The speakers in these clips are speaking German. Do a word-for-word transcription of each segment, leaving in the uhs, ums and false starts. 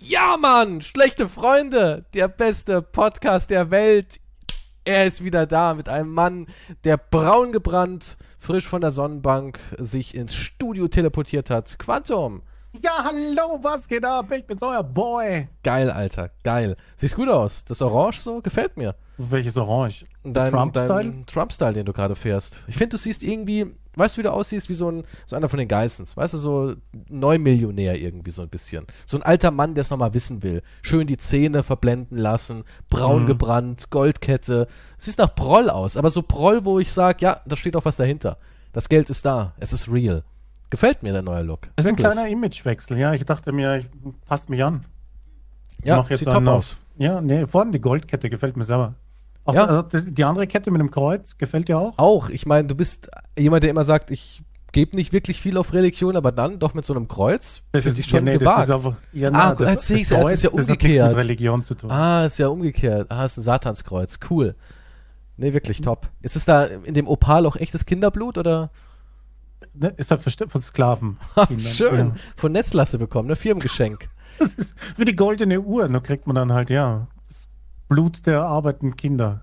Ja, Mann, schlechte Freunde, der beste Podcast der Welt. Er ist wieder da mit einem Mann, der braun gebrannt, frisch von der Sonnenbank sich ins Studio teleportiert hat. Quantum. Ja, hallo, was geht ab? Ich bin's, euer Boy. Geil, Alter, geil. Siehst gut aus. Das Orange so gefällt mir. Welches Orange? Dein Trump-Style? Dein Trump-Style, den du gerade fährst. Ich finde, du siehst irgendwie, weißt du, wie du aussiehst? Wie so, ein, so einer von den Geissens. Weißt du, so Neumillionär irgendwie so ein bisschen. So ein alter Mann, der es nochmal wissen will. Schön die Zähne verblenden lassen, braun mhm. gebrannt, Goldkette. Siehst nach Proll aus, aber so Proll, wo ich sage, ja, da steht auch was dahinter. Das Geld ist da, es ist real. Gefällt mir der neue Look. Das ist Wirklich. ein kleiner Imagewechsel, ja. Ich dachte mir, ich, passt mich an. Ich ja, mach jetzt sieht top auf, aus. Ja, nee, vorne die Goldkette gefällt mir selber. Auch, ja. also das, die andere Kette mit dem Kreuz gefällt dir auch? Auch. Ich meine, du bist jemand, der immer sagt, ich gebe nicht wirklich viel auf Religion, aber dann doch mit so einem Kreuz. Das ist ich schon ja, nee, gewagt. Das ist aber, ja, ah, na, das, sehe ich, das Kreuz, ist ja das hat umgekehrt. nichts mit Religion zu tun. Ah, ist ja umgekehrt. Ah, ist ein Satanskreuz. Cool. Nee, wirklich top. Ist es da in dem Opal auch echtes Kinderblut oder? Ne, ist halt von Sklaven. Schön. Ja. Von Netzlasse bekommen, ne? Firmengeschenk. Das ist wie die goldene Uhr. Da kriegt man dann halt, ja, das Blut der arbeitenden Kinder.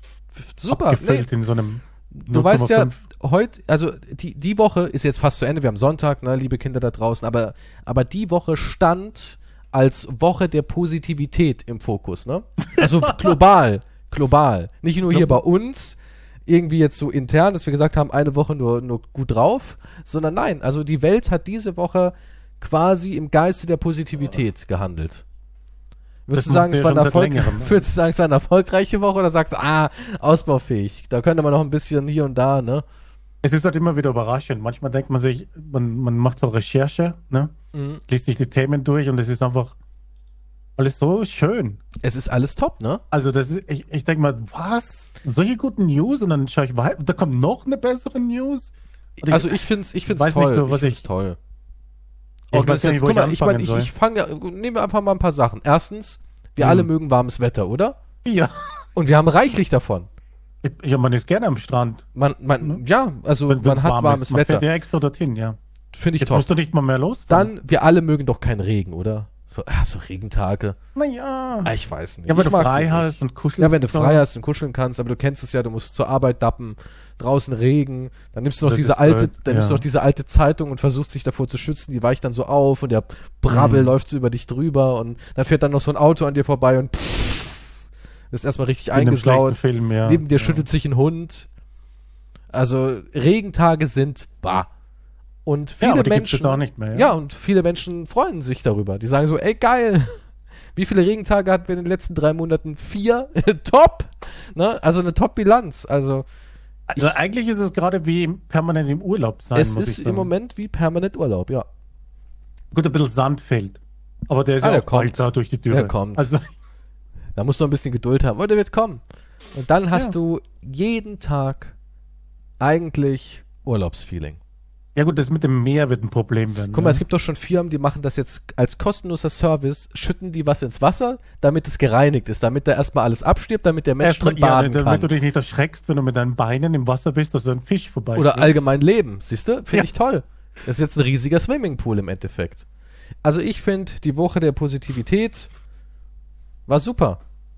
Super. Abgefüllt nee. in so einem Du weißt ja, heute, also die, die Woche ist jetzt fast zu Ende, wir haben Sonntag, ne, liebe Kinder da draußen, aber, aber die Woche stand als Woche der Positivität im Fokus, ne? Also global, global. Nicht nur hier bei uns, irgendwie jetzt so intern, dass wir gesagt haben, eine Woche nur, nur gut drauf, sondern nein, also die Welt hat diese Woche quasi im Geiste der Positivität gehandelt. Würdest du sagen, es war eine Erfolg- würdest du sagen, es war eine erfolgreiche Woche oder sagst du, ah, ausbaufähig, da könnte man noch ein bisschen hier und da, ne? Es ist halt immer wieder überraschend. Manchmal denkt man sich, man, man macht so Recherche, ne? Mhm. Liest sich die Themen durch und es ist einfach alles so schön. Es ist alles top, ne? Also das ist, ich, ich denke mal, was? Solche guten News und dann schaue ich weiter, da kommt noch eine bessere News. Und also ich finde es ich find's weiß toll. Nicht, was ich find's ich, toll. Ich weiß jetzt, nicht, wo guck mal, ich ich meine, ich, soll. ich fange ja, nehmen wir einfach mal ein paar Sachen. Erstens, wir hm. alle mögen warmes Wetter, oder? Ja. Und wir haben reichlich davon. Ja, man ist gerne am Strand. Man, man, ne? ja, also Wenn, man hat warm warmes ist. Man Wetter. fährt ja extra dorthin, ja. Finde ich Jetzt top. musst du nicht mal mehr los. Dann, wir alle mögen doch keinen Regen, oder? So, ah, so Regentage. Naja. Ah, ich weiß nicht. Ja, wenn ich du frei hast und kuschelst. Ja, wenn du frei hast und kuscheln kannst, aber du kennst es ja, du musst zur Arbeit dappen, draußen Regen, dann nimmst du noch das diese alte, blöd, dann nimmst ja. du noch diese alte Zeitung und versuchst dich davor zu schützen, die weicht dann so auf und der Brabbel mhm. läuft so über dich drüber und dann fährt dann noch so ein Auto an dir vorbei und pff, bist erstmal richtig In einem eingesaut. schlechten Film, ja. Neben dir ja. schüttelt sich ein Hund. Also Regentage sind bah. Und viele ja, aber die Menschen gibt's jetzt auch nicht mehr, ja. ja, und viele Menschen freuen sich darüber. Die sagen so, ey geil. Wie viele Regentage hatten wir in den letzten drei Monaten? Vier? Top! Ne? Also eine Top-Bilanz. Also, also ich, eigentlich ist es gerade wie permanent im Urlaub sein, es muss ist ich sagen. im Moment wie permanent Urlaub, ja. Gut, ein bisschen Sand fehlt. Aber der ist Ah, ja der auch bald kommt. da durch die Tür. Der kommt. Also, Da musst du ein bisschen Geduld haben, aber der wird kommen. Und dann hast Ja. du jeden Tag eigentlich Urlaubsfeeling. ja gut, das mit dem Meer wird ein Problem werden. Guck mal, ne? es gibt doch schon Firmen, die machen das jetzt als kostenloser Service, schütten die was ins Wasser, damit es gereinigt ist, damit da erstmal alles abstirbt, damit der Mensch Erstmal- drin baden ja, damit kann. du dich nicht erschreckst, wenn du mit deinen Beinen im Wasser bist, dass so ein Fisch vorbei Oder allgemein leben, siehst du? Finde Ja. ich toll. Das ist jetzt ein riesiger Swimmingpool im Endeffekt. Also ich finde, die Woche der Positivität war super.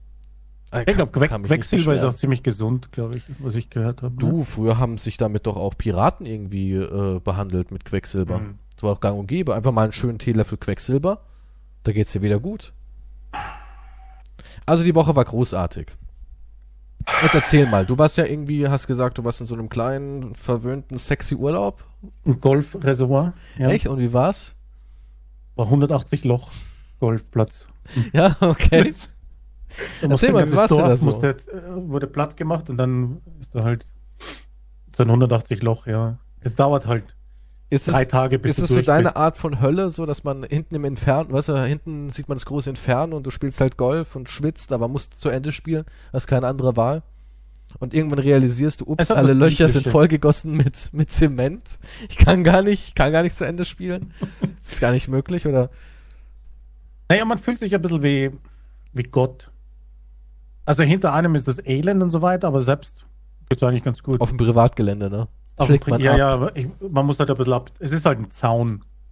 Ich glaube, Quecksilber ist auch ziemlich gesund, glaube ich, was ich gehört habe. Du, früher haben sich damit doch auch Piraten irgendwie äh, behandelt mit Quecksilber. Mhm. Das war auch gang und gäbe. Einfach mal einen schönen Teelöffel Quecksilber, da geht's dir wieder gut. Also die Woche war großartig. Jetzt erzähl mal, du warst ja irgendwie, hast gesagt, du warst in so einem kleinen, verwöhnten, sexy Urlaub. Ein Golfreservoir. Ja. Echt? Und wie war's? War hundertachtzig Loch Golfplatz. Ja, okay. Da Erzähl mal, wie war's denn da so? musste, äh, wurde platt gemacht und dann ist da halt so ein hundertachtzig Loch, ja. Es dauert halt Ist drei es, Tage, bis ist du es so durch deine bist. Art von Hölle, so dass man hinten im Inferno, weißt du, hinten sieht man das große Inferno und du spielst halt Golf und schwitzt, aber musst zu Ende spielen, hast keine andere Wahl. Und irgendwann realisierst du, ups, Es hat alle was Löcher sind Biblisches. vollgegossen mit, mit Zement. Ich kann gar nicht, kann gar nicht zu Ende spielen. Ist gar nicht möglich, oder? Naja, man fühlt sich ein bisschen wie, wie Gott. Also hinter einem ist das Elend und so weiter, aber selbst geht's eigentlich ganz gut. Auf dem Privatgelände, ne? Auf Schlägt dem- man ja, ab. ja, aber ich, man muss halt ein bisschen ab. Es ist halt ein Zaun.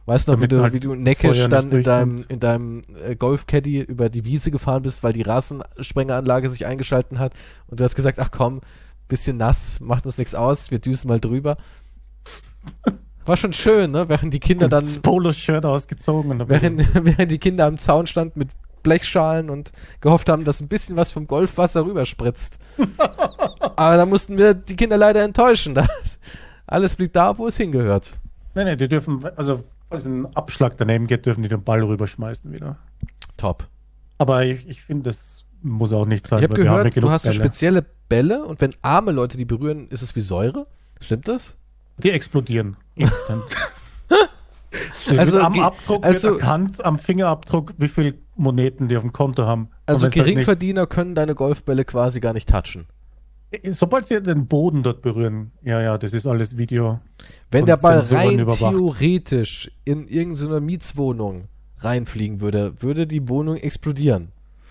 Weißt du noch, wie Damit du, halt wie du das neckisch Feuer dann nicht in deinem, durchkommt. in deinem äh, Golfcaddy über die Wiese gefahren bist, weil die Rasensprengeranlage sich eingeschalten hat und du hast gesagt, ach komm, bisschen nass, macht uns nichts aus, wir düsen mal drüber. War schon schön, ne? Während die Kinder dann, Das Polo-Shirt ausgezogen. Und dann während, während die Kinder am Zaun standen mit Blechschalen und gehofft haben, dass ein bisschen was vom Golfwasser rüberspritzt. Aber da mussten wir die Kinder leider enttäuschen. Da, alles blieb da, wo es hingehört. nee, nee, die dürfen, also falls ein Abschlag daneben geht, dürfen die den Ball rüberschmeißen wieder. Top. Aber ich, ich finde, das muss auch nicht sein. Ich habe weil wir haben ja gehört, du genug hast so Bälle. spezielle Bälle und wenn arme Leute die berühren, ist es wie Säure. Stimmt das? Die explodieren. Instant. Das Also wird am ge- Abdruck also- wird erkannt, am Fingerabdruck, wie viel Moneten die auf dem Konto haben. Und Also wenn's halt Geringverdiener können deine Golfbälle quasi gar nicht touchen. nicht, sobald sie den Boden dort berühren, ja, ja, das ist alles Video. Wenn von der Ball Sensoren rein überwacht. theoretisch in irgendeine Mietswohnung reinfliegen würde, würde die Wohnung explodieren.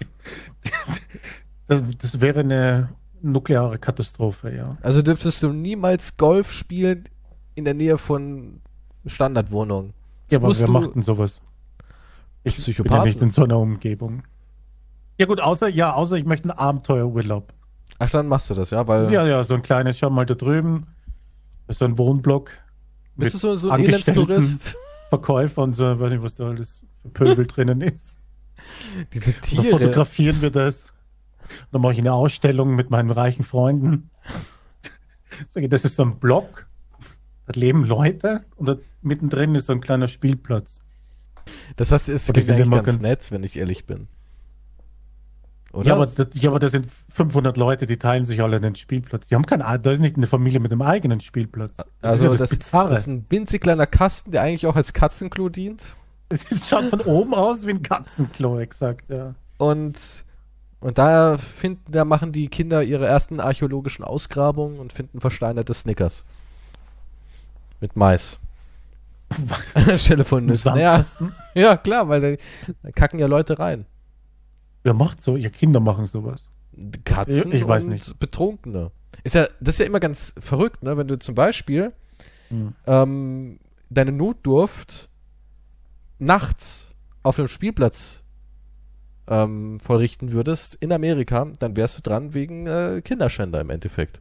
Das, das wäre eine nukleare Katastrophe, ja. Also dürftest du niemals Golf spielen in der Nähe von Standardwohnungen. Ja, aber musst wer du- macht denn sowas? Ich bin ja Psychopathen. nicht in so einer Umgebung. Ja gut, außer, ja, außer ich möchte einen Abenteuerurlaub. Ach, dann machst du das, ja? Weil Ja, ja, so ein kleines, schau mal da drüben, das ist so ein Wohnblock. bist du mit so, so ein Angestellten, Elendstourist? Verkäufer und so, weiß nicht, was da alles für Pöbel drinnen ist. Diese Dann Tiere. fotografieren wir das. Dann mache ich eine Ausstellung mit meinen reichen Freunden. Sag ich, das ist so ein Block, da leben Leute und da mittendrin ist so ein kleiner Spielplatz. Das heißt, es Und die klingt sind eigentlich immer ganz ganz- nett, wenn ich ehrlich bin. Oder? Ja aber, das, ja, aber da sind fünfhundert Leute, die teilen sich alle einen Spielplatz. Die haben keinen, da ist nicht eine Familie mit einem eigenen Spielplatz. Das also ist ja das, das, Bizarre. das ist ein winzig kleiner Kasten, der eigentlich auch als Katzenklo dient. Es ist- schaut von oben aus wie ein Katzenklo, exakt, ja. Und, und da finden, da machen die Kinder ihre ersten archäologischen Ausgrabungen und finden versteinerte Snickers. Mit Mais. Anstelle von Im Nüssen. Ja, Sandkasten. ja, klar, weil da, da kacken ja Leute rein. Wer macht so? Ja, Kinder machen sowas. Katzen Ich weiß und nicht. Betrunkene. Ist ja, das ist ja immer ganz verrückt, ne? Wenn du zum Beispiel Hm. ähm, deine Notdurft nachts auf einem Spielplatz ähm, vollrichten würdest in Amerika, dann wärst du dran wegen äh, Kinderschänder im Endeffekt.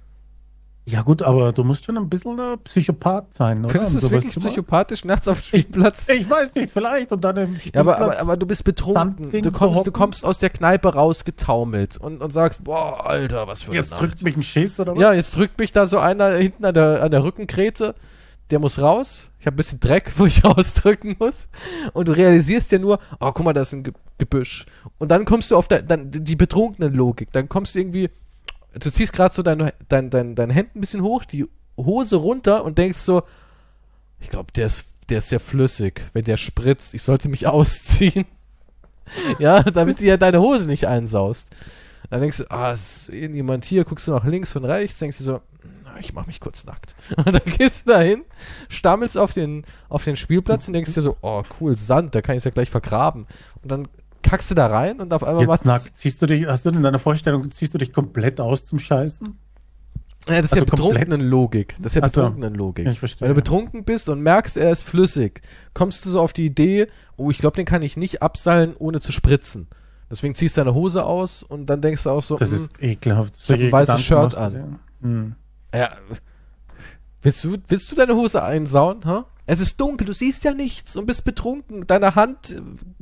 Ja gut, aber du musst schon ein bisschen ein Psychopath sein, oder? Findest du Um es sowas wirklich zu machen? psychopathisch nachts auf dem Spielplatz? Ich weiß nicht, vielleicht und dann im Ja, aber, Spielplatz- aber, aber du bist betrunken. Standding Du zu kommst, du hocken? kommst aus der Kneipe rausgetaumelt und, und sagst, boah, Alter, was für eine jetzt Nacht. drückt mich ein Schiss oder was? Ja, jetzt drückt mich da so einer hinten an der, an der Rückenkrete. Der muss raus. Ich habe ein bisschen Dreck, wo ich rausdrücken muss. Und du realisierst ja nur, oh, guck mal, da ist ein Ge Gebüsch. Und dann kommst du auf der, dann, die betrunkene Logik. Dann kommst du irgendwie, du ziehst gerade so dein, dein, dein, dein Hemd ein bisschen hoch, die Hose runter und denkst so, ich glaube, der ist, der ist sehr flüssig, wenn der spritzt. Ich sollte mich ausziehen. Ja, damit du ja deine Hose nicht einsaust. Dann denkst du, ah, ist irgendjemand hier, guckst du nach links und rechts, denkst du so, na, ich mach mich kurz nackt. Und dann gehst du dahin, stammelst auf den, auf den Spielplatz und denkst dir so, oh cool, Sand, da kann ich es ja gleich vergraben. Und dann kackst du da rein und auf einmal Jetzt macht's. nackt. Ziehst du dich, hast du in deiner Vorstellung, ziehst du dich komplett aus zum Scheißen? Ja, das ist ja also komplett- betrunkenen Logik. Das ist ja Ach so. betrunkenen Logik. Ja, ich verstehe. Wenn du betrunken bist und merkst, er ist flüssig, kommst du so auf die Idee, oh, ich glaube, den kann ich nicht abseilen, ohne zu spritzen. Deswegen ziehst du deine Hose aus und dann denkst du auch so, Das mm, ist ekelhaft. ich hab ein Solche weißes Gedanken Shirt machst du an. dir. Hm. ja, willst du, willst du deine Hose einsauen, ha? Es ist dunkel, du siehst ja nichts und bist betrunken. Deine Hand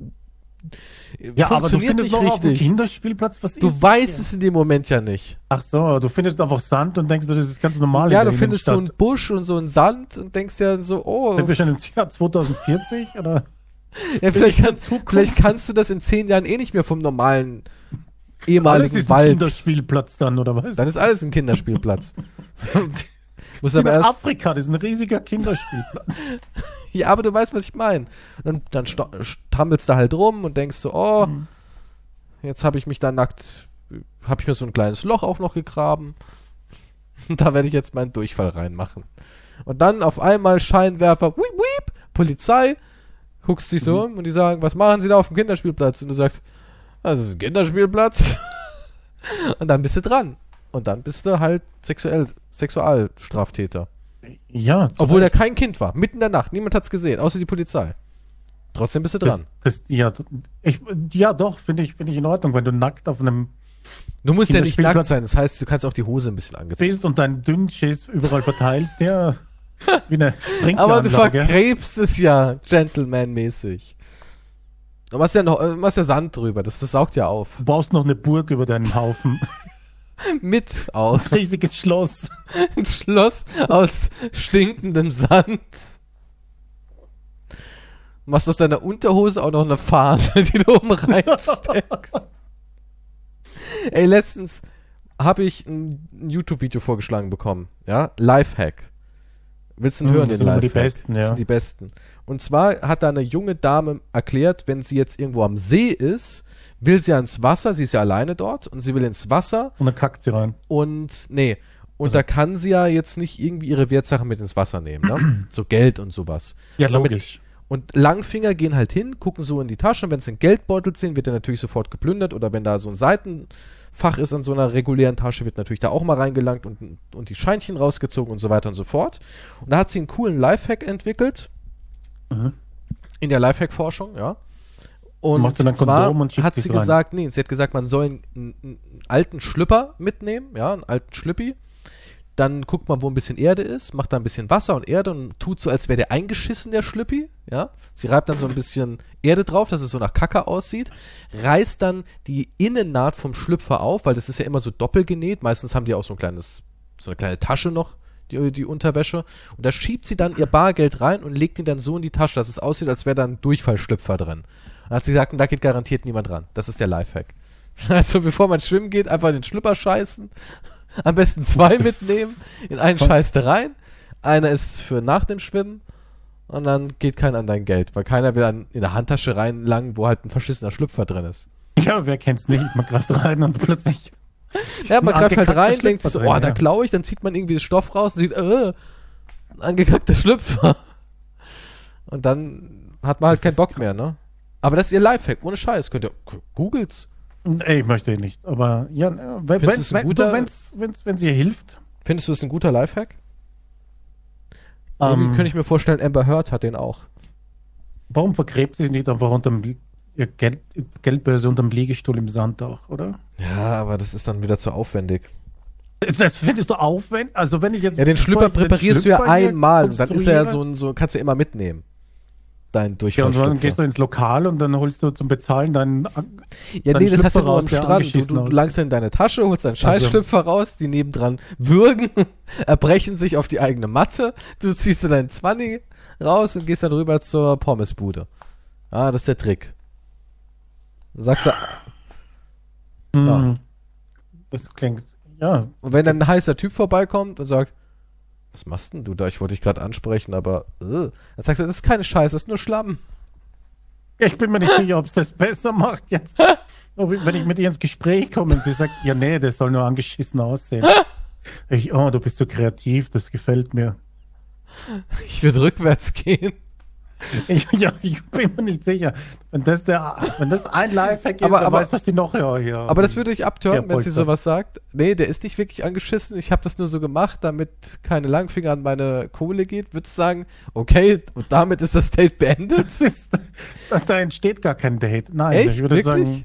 äh, Ja, aber du funktioniert findest nicht noch auf dem richtig. Kinderspielplatz, was Du ist weißt das? es in dem Moment ja nicht. Ach so, du findest einfach Sand und denkst, das ist ganz normal. Ja, in du der findest so einen Innenstadt. Busch und so einen Sand und denkst ja so, oh, Sind wir schon im Jahr zwanzig vierzig? Oder? ja, vielleicht, in der kann, Zukunft? vielleicht kannst du das in zehn Jahren eh nicht mehr vom normalen Alles ehemaligen ist ein Wald. Kinderspielplatz dann, oder was? Dann ist alles ein Kinderspielplatz. Muss in aber erst, Afrika, das ist ein riesiger Kinderspielplatz. ja, aber du weißt, was ich meine. Dann, dann sta- stammelst du halt rum und denkst so, oh, Mhm. jetzt habe ich mich da nackt, habe ich mir so ein kleines Loch auch noch gegraben. Und da werde ich jetzt meinen Durchfall reinmachen. Und dann auf einmal Scheinwerfer, wiep, wiep, Polizei, guckst dich so Mhm. um und die sagen, was machen sie da auf dem Kinderspielplatz? Und du sagst, das ist ein Kinderspielplatz. Und dann bist du dran. Und dann bist du halt sexuell, Sexualstraftäter. Ja. Obwohl er kein Kind war. Mitten in der Nacht. Niemand hat's gesehen, außer die Polizei. Trotzdem bist du dran. Das, das, ja, ich, ja, doch, finde ich, finde ich in Ordnung, wenn du nackt auf einem Du musst ja nicht Kinderspielplatz nackt sein. Das heißt, du kannst auch die Hose ein bisschen angezogen. bist und deinen dünnen Schiss überall verteilst, ja, wie eine Aber du Sprinkleranlage. vergräbst es ja Gentleman-mäßig. Du machst ja noch, du machst ja Sand drüber. Das, das saugt ja auf. Du baust noch eine Burg über deinen Haufen. Mit aus. Ein riesiges Schloss. Ein Schloss aus stinkendem Sand. Du machst aus deiner Unterhose auch noch eine Fahne, die du oben reinsteckst. Ey, letztens habe ich ein, ein YouTube-Video vorgeschlagen bekommen. Ja, Lifehack. Willst du ihn Hm, hören, das den sind immer die Lifehack? besten, Das ja. sind die besten. Und zwar hat da eine junge Dame erklärt, wenn sie jetzt irgendwo am See ist, will sie ans Wasser, sie ist ja alleine dort, und sie will ins Wasser Und dann kackt sie rein. und, nee, und da kann sie ja jetzt nicht irgendwie ihre Wertsachen mit ins Wasser nehmen, ne? So Geld und sowas. Ja, Damit- logisch. Und Langfinger gehen halt hin, gucken so in die Tasche, und wenn sie einen Geldbeutel sehen, wird der natürlich sofort geplündert, oder wenn da so ein Seitenfach ist an so einer regulären Tasche, wird natürlich da auch mal reingelangt und, und die Scheinchen rausgezogen und so weiter und so fort. Und da hat sie einen coolen Lifehack entwickelt, Mhm. in der Lifehack-Forschung, ja. Und Macht sie dann zwar Kondom und schickt hat sie's sie rein. gesagt, nee, sie hat gesagt, man soll einen, einen, einen alten Schlüpper mitnehmen, ja, einen alten Schlüppi. Dann guckt man, wo ein bisschen Erde ist, macht da ein bisschen Wasser und Erde und tut so, als wäre der eingeschissen, der Schlüppi, ja. Sie reibt dann so ein bisschen Erde drauf, dass es so nach Kacke aussieht, reißt dann die Innennaht vom Schlüpfer auf, weil das ist ja immer so doppelgenäht. Meistens haben die auch so ein kleines, so eine kleine Tasche noch, die, die Unterwäsche. Und da schiebt sie dann ihr Bargeld rein und legt ihn dann so in die Tasche, dass es aussieht, als wäre da ein Durchfallschlüpfer drin. Dann hat sie gesagt, und da geht garantiert niemand ran. Das ist der Lifehack. Also bevor man schwimmen geht, einfach in den Schlüpper scheißen. Am besten zwei mitnehmen. In einen scheißt du rein. Einer ist für nach dem Schwimmen. Und dann geht keiner an dein Geld. Weil keiner will dann in der Handtasche reinlangen, wo halt ein verschissener Schlüpfer drin ist. Ja, wer kennt's nicht? Man greift rein und plötzlich. Ja, man ein greift halt angekackter rein, denkt sich so, Schlüpfer oh, drin, da ja. klaue ich. Dann zieht man irgendwie den Stoff raus und sieht, äh, ein angekackter Schlüpfer. Und dann hat man halt Das keinen ist Bock mehr, ne? Aber das ist ihr Lifehack. Ohne Scheiß. Könnt ihr, googelt's. Ey, ich möchte ihn nicht. Aber ja, wenn, Findest du's ein wenn, guter- wenn's, wenn's, wenn's ihr hilft. Findest du es ein guter Lifehack? Irgendwie Ähm, könnte ich mir vorstellen, Amber Heard hat den auch. Warum vergräbt sie sich nicht einfach unterm ihr Geld, Geldbörse unterm Liegestuhl im Sand auch, oder? Ja, aber das ist dann wieder zu aufwendig. Das findest du aufwendig? Also wenn ich jetzt Ja, den Schlüpper bevor ich den präparierst du ja Schlüpfer hier einmal. Und dann ist er ja so konstruiere- ein, so, kannst du immer mitnehmen. Dein Ja, und Durchfallschlüpfer. dann gehst du ins Lokal und dann holst du zum Bezahlen deinen. Ja, deinen nee, das hast du Schlüpfer nur am raus, der Strand. Du, angeschissen du, du aussieht. langst in deine Tasche, holst deinen Also- Scheißschlüpfer raus, die nebendran würgen, erbrechen sich auf die eigene Matte. Du ziehst dir deinen Zwanni raus und gehst dann rüber zur Pommesbude. Ah, das ist der Trick. Du sagst da, Hm, Ja. Das klingt. Ja. und wenn dann ein heißer Typ vorbeikommt und sagt, was machst denn du da? Ich wollte dich gerade ansprechen, aber äh. Dann sagst du, das ist keine Scheiße, das ist nur Schlamm. Ich bin mir nicht sicher, ob es das besser macht jetzt. Oh, wenn ich mit ihr ins Gespräch komme und sie sagt, ja, nee, das soll nur angeschissen aussehen. Ich, oh, du bist so kreativ, das gefällt mir. Ich würde rückwärts gehen. Ich, ja, ich bin mir nicht sicher. Wenn das, der, wenn das ein Lifehack ist, Aber- wer aber- weiß, was die noch ja, hier. Aber das würde ich abtören, Ja, wenn sie Polster. sowas sagt. Nee, der ist nicht wirklich angeschissen. Ich habe das nur so gemacht, damit keine Langfinger an meine Kohle geht. Würdest du sagen, okay, und damit ist das Date beendet? Das ist, da, da entsteht gar kein Date. Nein, Echt? ich würde Wirklich? sagen,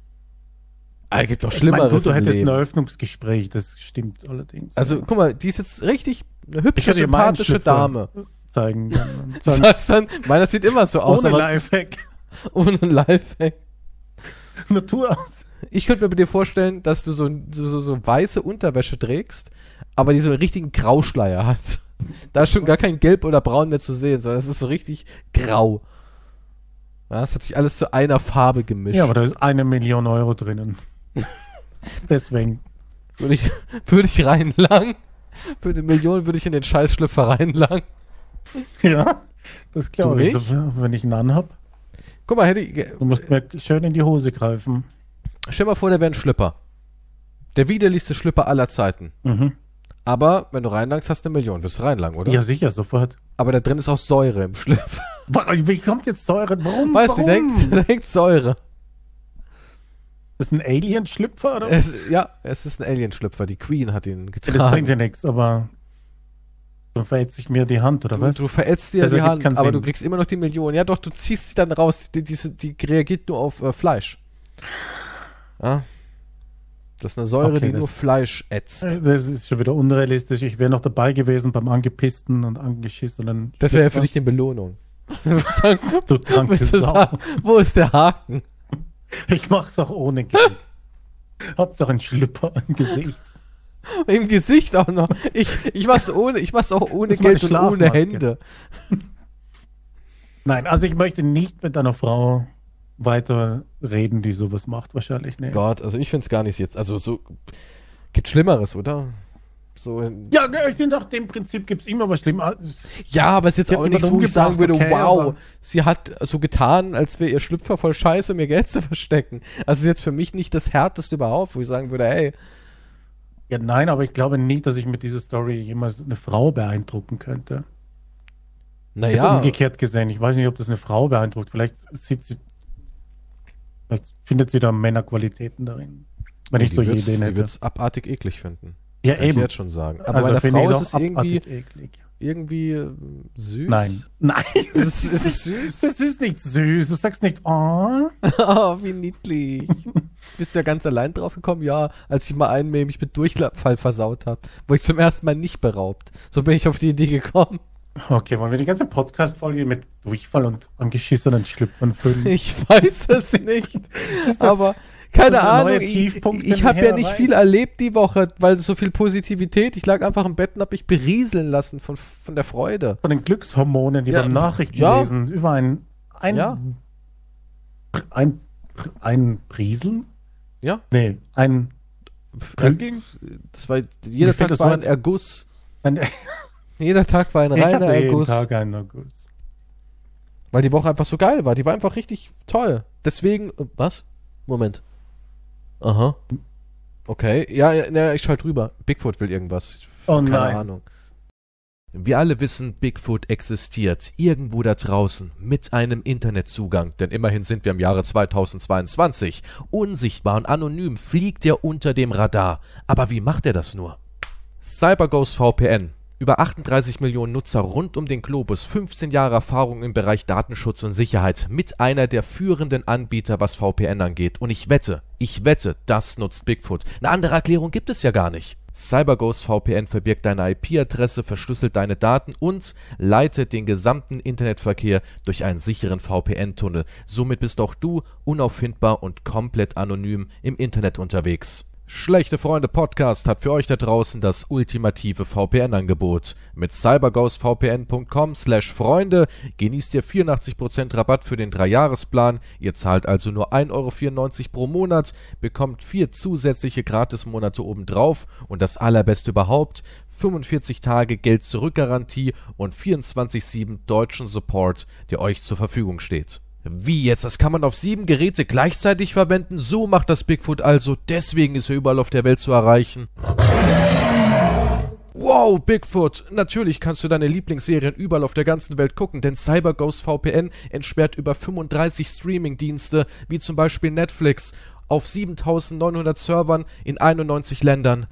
Ah, es gibt doch ich meine, Schlimmeres gut, du im hättest Leben. ein Eröffnungsgespräch, das stimmt allerdings. Also, guck mal, die ist jetzt richtig eine hübsche, ich hätte dir meinen sympathische Schlüpfer Dame. zeigen. Du Und sagen, sagst dann, meiner sieht immer so aus, ohne aber Lifehack. ohne Lifehack. Natur aus. Ich könnte mir dir vorstellen, dass du so, so, so, so weiße Unterwäsche trägst, aber die so einen richtigen Grauschleier hat. Da ist schon gar kein Gelb oder Braun mehr zu sehen, sondern es ist so richtig grau. Ja, es hat sich alles zu einer Farbe gemischt. Ja, aber da ist eine Million Euro drinnen. Deswegen. Würde ich, würde ich reinlangen? Für eine Million würde ich in den Scheißschlüpfer reinlangen. Ja, das glaube Du ich. nicht? So, wenn ich ihn anhab. Guck mal, hätte ich, Du musst mir schön in die Hose greifen. stell mal vor, der wäre ein Schlüpper. Der widerlichste Schlüpper aller Zeiten. Mhm. Aber wenn du reinlangst, hast du eine Million. Wirst du reinlangen, oder? Ja, sicher, sofort. Aber da drin ist auch Säure im Schlüpfer. Wa- Wie kommt jetzt Säure? Warum? Weißt du, Warum? da hängt, da hängt Säure. Das ist ein Alien-Schlüpfer, oder? Es, ja, es ist ein Alien-Schlüpfer. Die Queen hat ihn das bringt getragen. ja nichts, aber Dann verätze ich mir die Hand, oder Du, was? du verätzt dir Das die ergibt Hand, keinen aber Sinn. du kriegst immer noch die Million. Ja doch, du ziehst sie dann raus. Die, die, die reagiert nur auf äh, Fleisch. Ja. Das ist eine Säure, Okay, die das- nur Fleisch ätzt. Das ist schon wieder unrealistisch. Ich wäre noch dabei gewesen beim angepissten und angeschissenen. Das wäre ja für Schlüpfer. dich die Belohnung. Sagen, Du kranke willst du Sau. sagen, wo ist der Haken? Ich mach's auch ohne Geld. Hauptsache ein Schlüpper im Gesicht. Im Gesicht auch noch. Ich, ich mach's ohne, ich mach's auch ohne Das ist meine Geld und ohne Schlafmaske. Hände. Nein, also ich möchte nicht mit einer Frau weiter reden, die sowas macht. Wahrscheinlich nicht. Gott, also ich find's gar nicht jetzt. Also so gibt Schlimmeres, oder? So in, Ja, ich finde, nach dem Prinzip gibt's immer was Schlimmes. ja, aber es ist jetzt Ich hab auch nicht so, jemanden wo ich sagen würde, umgebracht, okay, wow, aber- sie hat so getan, als wäre ihr Schlüpfer voll Scheiße, um ihr Geld zu verstecken. Also ist jetzt für mich nicht das Härteste überhaupt, wo ich sagen würde, hey, Ja, nein, aber ich glaube nicht, dass ich mit dieser Story jemals eine Frau beeindrucken könnte. Jetzt naja, umgekehrt gesehen. Ich weiß nicht, ob das eine Frau beeindruckt. Vielleicht sieht sie, vielleicht findet sie da Männerqualitäten darin. Wenn ich die so je wird's, Ideen die hätte. wird's abartig eklig finden. Ja, Kann ich eben. jetzt schon sagen. Aber Also bei finde einer ich Frau es ist auch es irgendwie, abartig eklig. irgendwie äh, süß. Nein. Nein. Ist es, ist es süß? Das ist nicht süß. Du sagst nicht, oh. Oh, wie niedlich. Bist du ja ganz allein drauf gekommen? Ja, als ich mal einen mich mit Durchfall versaut habe. Wurde ich zum ersten Mal nicht beraubt. So bin ich auf die Idee gekommen. Okay, wollen wir die ganze Podcast-Folge mit Durchfall und angeschissenen Schlüpfern füllen? Ich weiß es nicht. Ist das- Aber keine das der neue Ahnung. Ich, Tiefpunkt ich im habe ja nicht Herein? viel erlebt die Woche, weil so viel Positivität. Ich lag einfach im Bett und habe mich berieseln lassen von, von der Freude. Von den Glückshormonen, die Ja, beim Nachrichten ja. lesen, über ein, ein, Ja. ein, ein Prieseln? Ja. Nee, ein Prügeln? Das war, jeder fällt Tag das war Wort? ein Erguss. Ein, Jeder Tag war ein ich reiner hatte jeden Erguss. Tag einen August. Weil die Woche einfach so geil war. Die war einfach richtig toll. Deswegen, äh, was? Moment. Aha. Okay. Ja, ja, ja, ich schalte rüber. Bigfoot will irgendwas. Oh Keine nein. Ahnung. Wir alle wissen, Bigfoot existiert. Irgendwo da draußen. Mit einem Internetzugang. Denn immerhin sind wir im Jahre zweitausendzweiundzwanzig. Unsichtbar und anonym fliegt er unter dem Radar. Aber wie macht er das nur? CyberGhost V P N. Über achtunddreißig Millionen Nutzer rund um den Globus, fünfzehn Jahre Erfahrung im Bereich Datenschutz und Sicherheit, mit einer der führenden Anbieter, was V P N angeht. Und ich wette, ich wette, das nutzt Bigfoot. Eine andere Erklärung gibt es ja gar nicht. CyberGhost V P N verbirgt deine I P-Adresse, verschlüsselt deine Daten und leitet den gesamten Internetverkehr durch einen sicheren V P N-Tunnel. Somit bist auch du unauffindbar und komplett anonym im Internet unterwegs. Schlechte Freunde Podcast hat für euch da draußen das ultimative V P N-Angebot. Mit cyberghostvpn punkt com slash Freunde genießt ihr vierundachtzig Prozent Rabatt für den Drei-Jahres-Plan. Ihr zahlt also nur ein Euro vierundneunzig pro Monat, bekommt vier zusätzliche Gratismonate obendrauf und das allerbeste überhaupt, fünfundvierzig Tage Geld-Zurück-Garantie und vierundzwanzig sieben deutschen Support, der euch zur Verfügung steht. Wie jetzt? Das kann man auf sieben Geräte gleichzeitig verwenden? So macht das Bigfoot also. Deswegen ist er überall auf der Welt zu erreichen. Wow, Bigfoot! Natürlich kannst du deine Lieblingsserien überall auf der ganzen Welt gucken, denn CyberGhost V P N entsperrt über fünfunddreißig Streaming-Dienste, wie zum Beispiel Netflix, auf siebentausendneunhundert Servern in einundneunzig Ländern.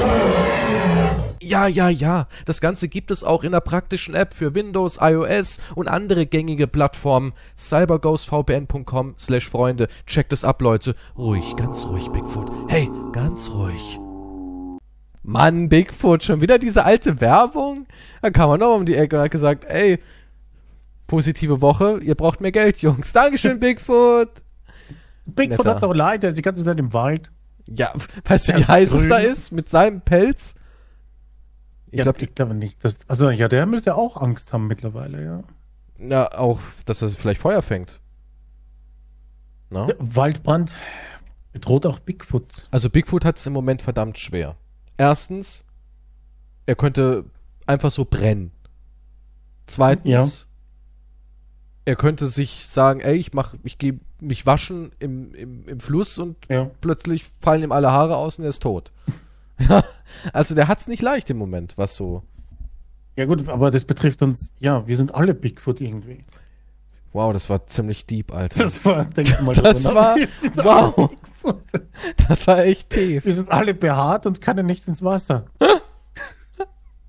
Ja, ja, ja. Das Ganze gibt es auch in der praktischen App für Windows, iOS und andere gängige Plattformen. cyberghostvpn punkt com slash Freunde. Checkt es ab, Leute. Ruhig, ganz ruhig, Bigfoot. Hey, ganz ruhig. Mann, Bigfoot, schon wieder diese alte Werbung? Da kam man noch um die Ecke und hat gesagt, ey, positive Woche, ihr braucht mehr Geld, Jungs. Dankeschön, Bigfoot. Bigfoot Netter. hat es auch leid, der ist die ganze Zeit im Wald. Ja, weißt du, wie Ganz heiß es grün. da ist mit seinem Pelz? Ich Ja, glaube, ich glaube nicht. Dass, also ja, der müsste auch Angst haben mittlerweile, ja. na, auch, dass er vielleicht Feuer fängt. Na? Der Waldbrand bedroht auch Bigfoot. Also Bigfoot hat es im Moment verdammt schwer. Erstens, er könnte einfach so brennen. Zweitens, Ja. er könnte sich sagen, ey, ich mach, ich gehe mich waschen im, im, im Fluss und Ja. plötzlich fallen ihm alle Haare aus und er ist tot. Ja, also der hat's nicht leicht im Moment, was so. Ja gut, aber das betrifft uns, ja, wir sind alle Bigfoot irgendwie. Wow, das war ziemlich deep, Alter. Das war, denk mal Das drüber nach. war- Wir sind wow. alle Bigfoot. Das war echt tief. Wir sind alle behaart und können nicht ins Wasser.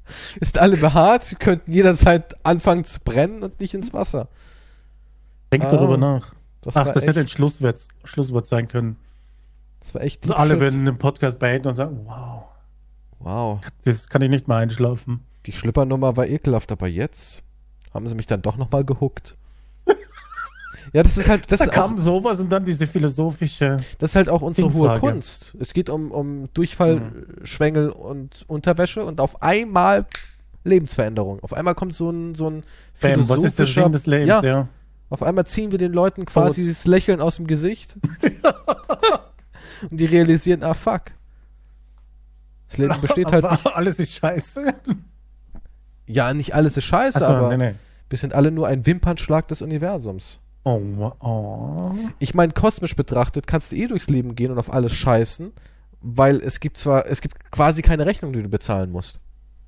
Ist alle behaart, sie könnten jederzeit anfangen zu brennen und nicht ins Wasser. Denk Ah, darüber nach. Das Ach, war das echt, hätte ein Schlusswort, Schlusswort sein können. das war echt Und deep alle shit. würden den Podcast beenden und sagen, wow, Wow, das kann ich nicht mehr einschlafen. die Schlippernummer war ekelhaft, aber jetzt haben sie mich dann doch nochmal gehuckt. Ja, das ist halt, das Da ist auch, kam sowas und dann diese philosophische... das ist halt auch unsere hohe Dingfrage. Kunst. Es geht um, um Durchfall, Mhm. Schwengel und Unterwäsche und auf einmal Lebensveränderung. Auf einmal kommt so ein, so ein Bam, was ist der philosophischer, Sinn des Lebens? ja, Ja. auf einmal ziehen wir den Leuten quasi das Lächeln aus dem Gesicht. Und die realisieren, ah fuck. Das Leben besteht halt Aber nicht. alles ist scheiße. Ja, nicht alles ist scheiße, Achso, aber nee, nee. wir sind alle nur ein Wimpernschlag des Universums. Oh, oh. Ich meine, kosmisch betrachtet kannst du eh durchs Leben gehen und auf alles scheißen, weil es gibt zwar, es gibt quasi keine Rechnung, die du bezahlen musst.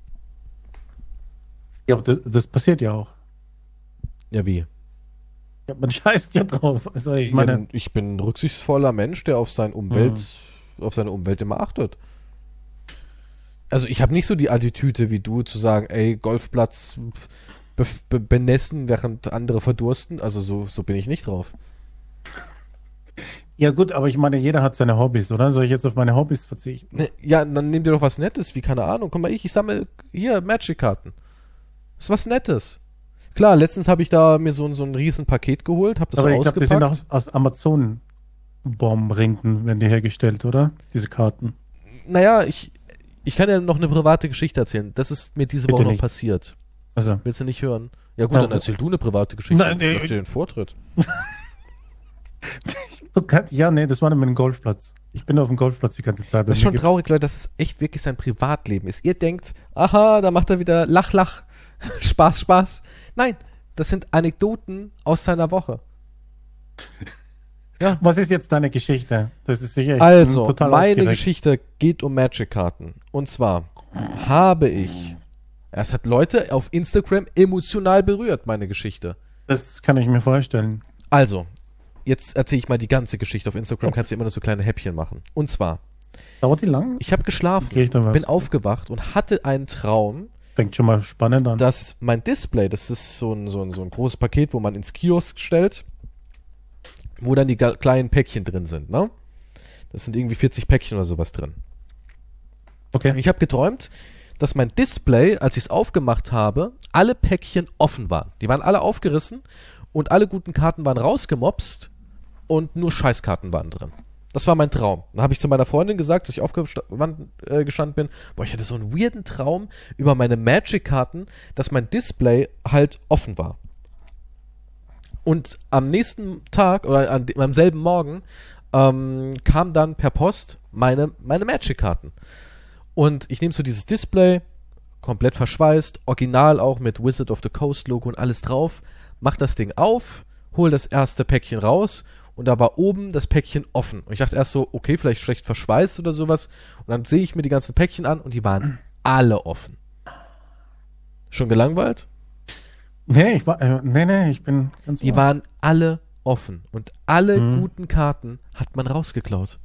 Ja, aber das, das passiert ja auch. Ja, wie? Ja, man scheißt ja drauf. Also ich Ich, meine, bin, ich bin ein rücksichtsvoller Mensch, der auf seine Umwelt, auf seine Umwelt immer achtet. Also ich habe nicht so die Attitüde wie du, zu sagen, ey, Golfplatz be be benässen, während andere verdursten. Also so, so bin ich nicht drauf. ja gut, aber ich meine, jeder hat seine Hobbys, oder? Soll ich jetzt auf meine Hobbys verzichten? Ne, ja, dann nimm dir doch was Nettes, wie keine Ahnung. Guck mal, ich, ich sammle hier Magic-Karten. Ist was Nettes. Klar, letztens habe ich da mir so, ein- so ein riesen Paket geholt, habe das aber so ich glaube, die ausgepackt. sind aus, aus Amazon-Bombenrinden, werden die hergestellt, oder? Diese Karten. Naja, ich, ich kann ja noch eine private Geschichte erzählen. Das ist mir diese Bitte Woche noch nicht. passiert. Also, Willst du nicht hören? Ja gut, Ja, dann wo- erzähl du eine private Geschichte. Nein, nee. Ich lass dir den Vortritt. du kann, ja, nee, das war dann mit dem Golfplatz. Ich bin auf dem Golfplatz die ganze Zeit. Bei Das ist mir schon gibt's- traurig, Leute, dass es echt wirklich sein Privatleben ist. Ihr denkt, aha, da macht er wieder Lach, Lach, Spaß, Spaß. Nein, das sind Anekdoten aus seiner Woche. Ja, Was ist jetzt deine Geschichte? Das ist sicher. ich bin also, total meine aufgeregt. Geschichte geht um Magic-Karten. Und zwar habe ich, es hat Leute auf Instagram emotional berührt, meine Geschichte. Das kann ich mir vorstellen. Also, jetzt erzähle ich mal die ganze Geschichte. Auf Instagram kannst du immer nur so kleine Häppchen machen. Und zwar, Dauert die lang? ich habe geschlafen, Krieg ich dann was? bin aufgewacht und hatte einen Traum, Fängt schon mal spannend an. dass mein Display, das ist so ein, so ein, so ein großes Paket, wo man ins Kiosk stellt, wo dann die ga- kleinen Päckchen drin sind, ne? Das sind irgendwie vierzig Päckchen oder sowas drin. Okay. Ich habe geträumt, dass mein Display, als ich es aufgemacht habe, alle Päckchen offen waren. Die waren alle aufgerissen und alle guten Karten waren rausgemopst und nur Scheißkarten waren drin. Das war mein Traum. Dann habe ich zu meiner Freundin gesagt, dass ich aufgestanden äh, gestanden bin, boah, ich hatte so einen weirden Traum über meine Magic-Karten, dass mein Display halt offen war. Und am nächsten Tag oder an, am selben Morgen ähm, kam dann per Post meine, meine Magic-Karten. Und ich nehme so dieses Display, komplett verschweißt, original auch mit Wizard of the Coast Logo und alles drauf, mach das Ding auf, hol das erste Päckchen raus und da war oben das Päckchen offen. Und ich dachte erst so, okay, vielleicht schlecht verschweißt oder sowas. Und dann sehe ich mir die ganzen Päckchen an und die waren alle offen. Schon gelangweilt? Nee, ich war, äh, nee, nee, ich bin ganz Die ohr. waren alle offen und alle Mhm. guten Karten hat man rausgeklaut.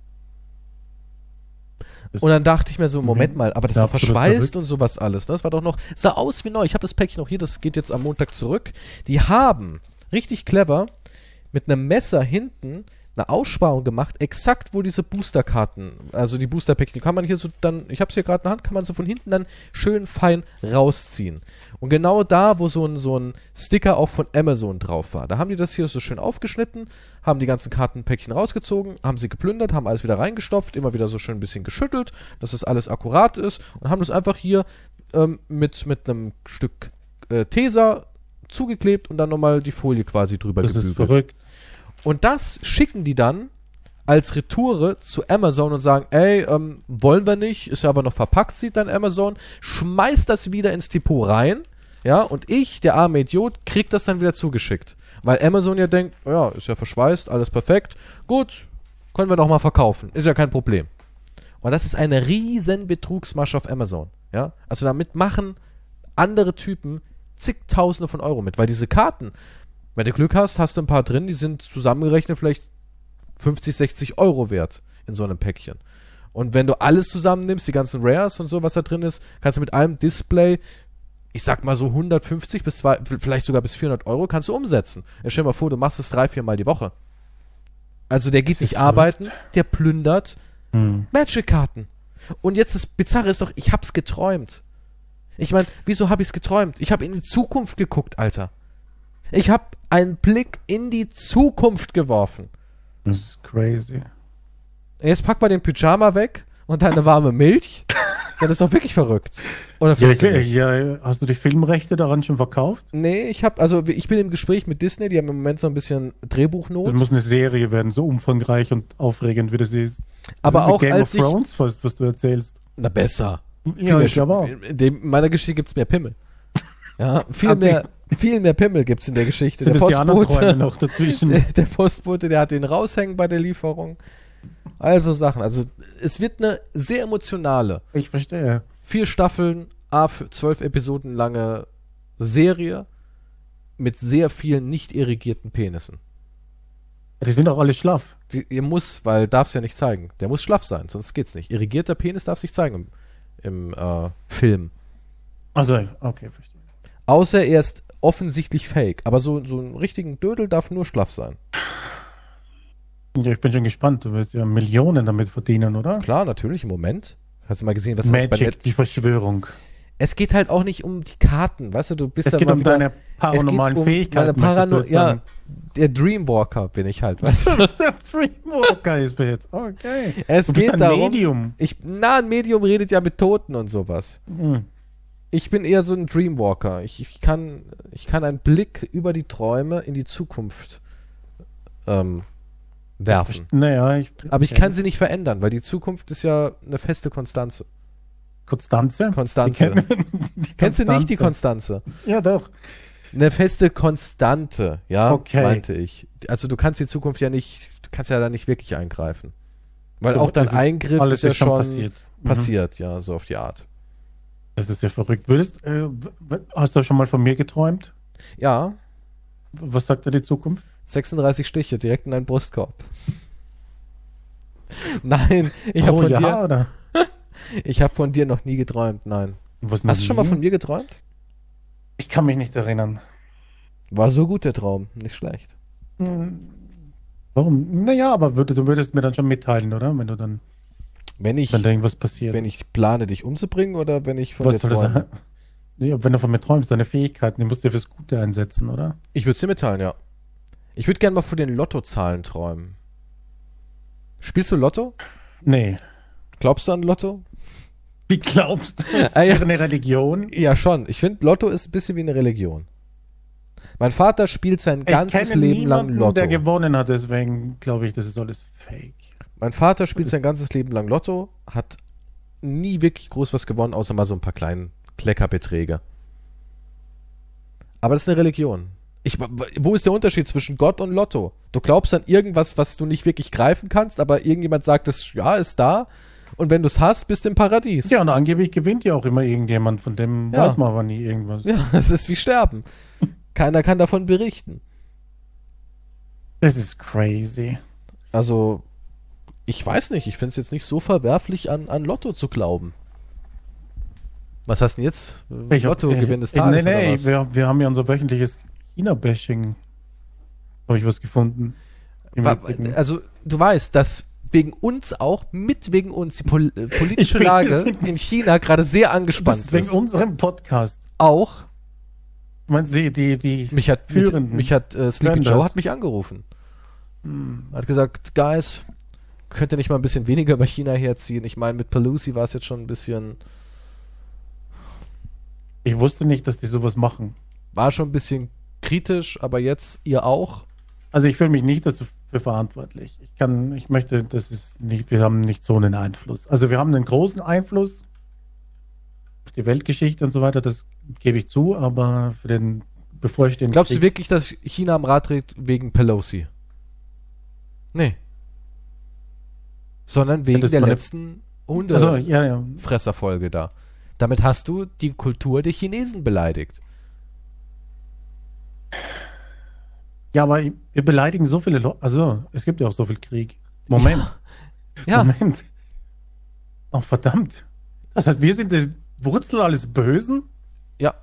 Das- Und dann dachte ich mir so, Moment mal, aber das Ja, ist doch absolut verschweißt verrückt. und sowas alles. Das war doch noch, sah aus wie neu. Ich habe das Päckchen noch hier, das geht jetzt am Montag zurück. Die haben, richtig clever, mit einem Messer hinten eine Aussparung gemacht, exakt wo diese Boosterkarten, also die Boosterpäckchen, die kann man hier so dann, ich habe es hier gerade in der Hand, kann man so von hinten dann schön fein rausziehen. Und genau da, wo so ein, so ein Sticker auch von Amazon drauf war, da haben die das hier so schön aufgeschnitten, haben die ganzen Kartenpäckchen rausgezogen, haben sie geplündert, haben alles wieder reingestopft, immer wieder so schön ein bisschen geschüttelt, dass das alles akkurat ist und haben das einfach hier ähm, mit, mit einem Stück äh, Tesa zugeklebt und dann nochmal die Folie quasi drüber Das ist gebügelt. verrückt. Und das schicken die dann als Retoure zu Amazon und sagen, ey, ähm, wollen wir nicht, ist ja aber noch verpackt, sieht dann Amazon, schmeißt das wieder ins Depot rein, ja, und ich, der arme Idiot, krieg das dann wieder zugeschickt. Weil Amazon ja denkt, ja, ist ja verschweißt, alles perfekt, gut, können wir noch mal verkaufen, ist ja kein Problem. Und das ist eine riesen Betrugsmasche auf Amazon, ja. Also damit machen andere Typen zigtausende von Euro mit, weil diese Karten, wenn du Glück hast, hast du ein paar drin, die sind zusammengerechnet vielleicht fünfzig, sechzig Euro wert in so einem Päckchen. Und wenn du alles zusammennimmst, die ganzen Rares und so, was da drin ist, kannst du mit einem Display, ich sag mal so hundertfünfzig bis zwei, vielleicht sogar bis vierhundert Euro, kannst du umsetzen. Ja, stell dir mal vor, du machst es drei, vier Mal die Woche. Also der geht nicht arbeiten, der plündert hm. Magic-Karten. Und jetzt das Bizarre ist doch, ich hab's geträumt. Ich meine, wieso hab ich's geträumt? Ich habe in die Zukunft geguckt, Alter. Ich hab einen Blick in die Zukunft geworfen. Das ist crazy. Jetzt pack mal den Pyjama weg und deine warme Milch. Das ist doch wirklich verrückt. Oder ja, okay, ja, hast du die Filmrechte daran schon verkauft? Nee, ich hab, also ich bin im Gespräch mit Disney, die haben im Moment so ein bisschen Drehbuchnot. Das muss eine Serie werden, so umfangreich und aufregend, wie das ist. Das Aber ist auch Game als of Thrones fast, was du erzählst. Na besser. Ja, ich glaube auch. In, dem, in meiner Geschichte gibt's mehr Pimmel. Ja, viel mehr, viel mehr Pimmel gibt's in der Geschichte. Sind der das die anderen Postbote, Träume noch dazwischen? Der, der Postbote, der hat den raushängen bei der Lieferung. Also Sachen. Also es wird eine sehr emotionale. Ich verstehe. Vier Staffeln, a zwölf Episoden lange Serie mit sehr vielen nicht irrigierten Penissen. Die sind auch alle schlaff. Die, ihr muss, weil darf's ja nicht zeigen. Der muss schlaff sein, sonst geht's nicht. Irrigierter Penis darf sich zeigen im, im äh, Film. Also, okay, verstehe. Außer er ist offensichtlich fake. Aber so, so einen richtigen Dödel darf nur schlaff sein. Ja, ich bin schon gespannt. Du wirst ja Millionen damit verdienen, oder? Klar, natürlich, im Moment. Hast du mal gesehen, was Magic, das bei Net- die Verschwörung. Es geht halt auch nicht um die Karten, weißt du, du bist es da geht mal um wieder, deine paranormalen um Fähigkeiten. Meine Parano- ja, der Dreamwalker bin ich halt, weißt du. Der Dreamwalker ist mir jetzt, okay. Es du bist geht ein darum, Medium. Ich, na, ein Medium redet ja mit Toten und sowas. Hm. Ich bin eher so ein Dreamwalker. Ich, ich, kann, ich kann einen Blick über die Träume in die Zukunft ähm, werfen. Naja, ich, Aber ich kann sie nicht verändern, weil die Zukunft ist ja eine feste Konstanze. Konstanze? Konstanze. Die kennen, die Kennst du nicht die Konstanze? Ja, doch. Eine feste Konstante, ja, okay. meinte ich. Also du kannst die Zukunft ja nicht, du kannst ja da nicht wirklich eingreifen. Weil Ja, auch dein das ist- Eingriff alles ist ja ist schon schon passiert. passiert, Mhm. ja, so auf die Art. Das ist ja verrückt. Würdest, äh, w- hast du schon mal von mir geträumt? Ja, Was sagt dir die Zukunft? sechsunddreißig Stiche direkt in deinen Brustkorb. Nein, ich habe oh, von ja, dir, oder? ich habe von dir noch nie geträumt, nein. Was Hast du schon mal nie? von mir geträumt? Ich kann mich nicht erinnern. War so gut der Traum, nicht schlecht. Hm, Warum? Naja, aber würde, du würdest mir dann schon mitteilen, oder? Wenn du dann, Wenn ich, wenn da irgendwas passiert. wenn ich plane, dich umzubringen oder wenn ich von Was dir soll das träume? sein? Ja, wenn du von mir träumst, deine Fähigkeiten, die musst du ja fürs Gute einsetzen, oder? Ich würde es dir mitteilen, ja. Ich würde gerne mal von den Lottozahlen träumen. Spielst du Lotto? Nee. Glaubst du an Lotto? Wie glaubst du? Das Ah, ja. wäre eine Religion? Ja, schon. Ich finde, Lotto ist ein bisschen wie eine Religion. Mein Vater spielt sein ganzes ich kenne Leben lang niemanden, Lotto. der gewonnen hat, deswegen glaube ich, das ist alles fake. Mein Vater spielt sein ganzes Leben lang Lotto, hat nie wirklich groß was gewonnen, außer mal so ein paar kleinen Kleckerbeträge. Aber das ist eine Religion. Ich, wo ist der Unterschied zwischen Gott und Lotto? Du glaubst an irgendwas, was du nicht wirklich greifen kannst, aber irgendjemand sagt, das ja ist da. Und wenn du es hast, bist du im Paradies. Ja, und angeblich gewinnt ja auch immer irgendjemand, von dem Ja. weiß man aber nie irgendwas. Ja, es ist wie Sterben. Keiner kann davon berichten. Das ist crazy. Also, ich weiß nicht, ich finde es jetzt nicht so verwerflich, an, an Lotto zu glauben. Was hast du denn jetzt? Ich hab- Lotto-Gewinn des ich- Tages Nee, oder nee, was? wir, wir haben ja unser wöchentliches China-Bashing. Habe ich was gefunden. Im Wa- Übrigen. Also, du weißt, dass wegen uns auch, mit wegen uns, die pol äh, politische Ich bin- Lage in China gerade sehr angespannt das ist wegen ist. unserem Podcast. Auch, Du meinst, die, die, die mich hat, mit, Führenden mich hat äh, Sleepy hören Joe das. hat mich angerufen. Hm. Hat gesagt, Guys, könnt ihr nicht mal ein bisschen weniger über China herziehen? Ich meine, mit Pelosi war es jetzt schon ein bisschen, Ich wusste nicht, dass die sowas machen. war schon ein bisschen kritisch, aber jetzt ihr auch. Also ich fühle mich nicht dafür verantwortlich. Ich kann, ich möchte, das ist nicht, wir haben nicht so einen Einfluss. Also wir haben einen großen Einfluss auf die Weltgeschichte und so weiter, das gebe ich zu, aber für den bevorstehenden Glaubst du Krieg- wirklich, dass China am Rad dreht wegen Pelosi? Nee. Sondern wegen das der meine- letzten Also, ja, ja. Hundefresserfolge da. Damit hast du die Kultur der Chinesen beleidigt. Ja, aber wir beleidigen so viele Leute. Also, es gibt ja auch so viel Krieg. Moment. Ja, Moment. Ach, verdammt. Das heißt, wir sind die Wurzel alles Bösen? Ja.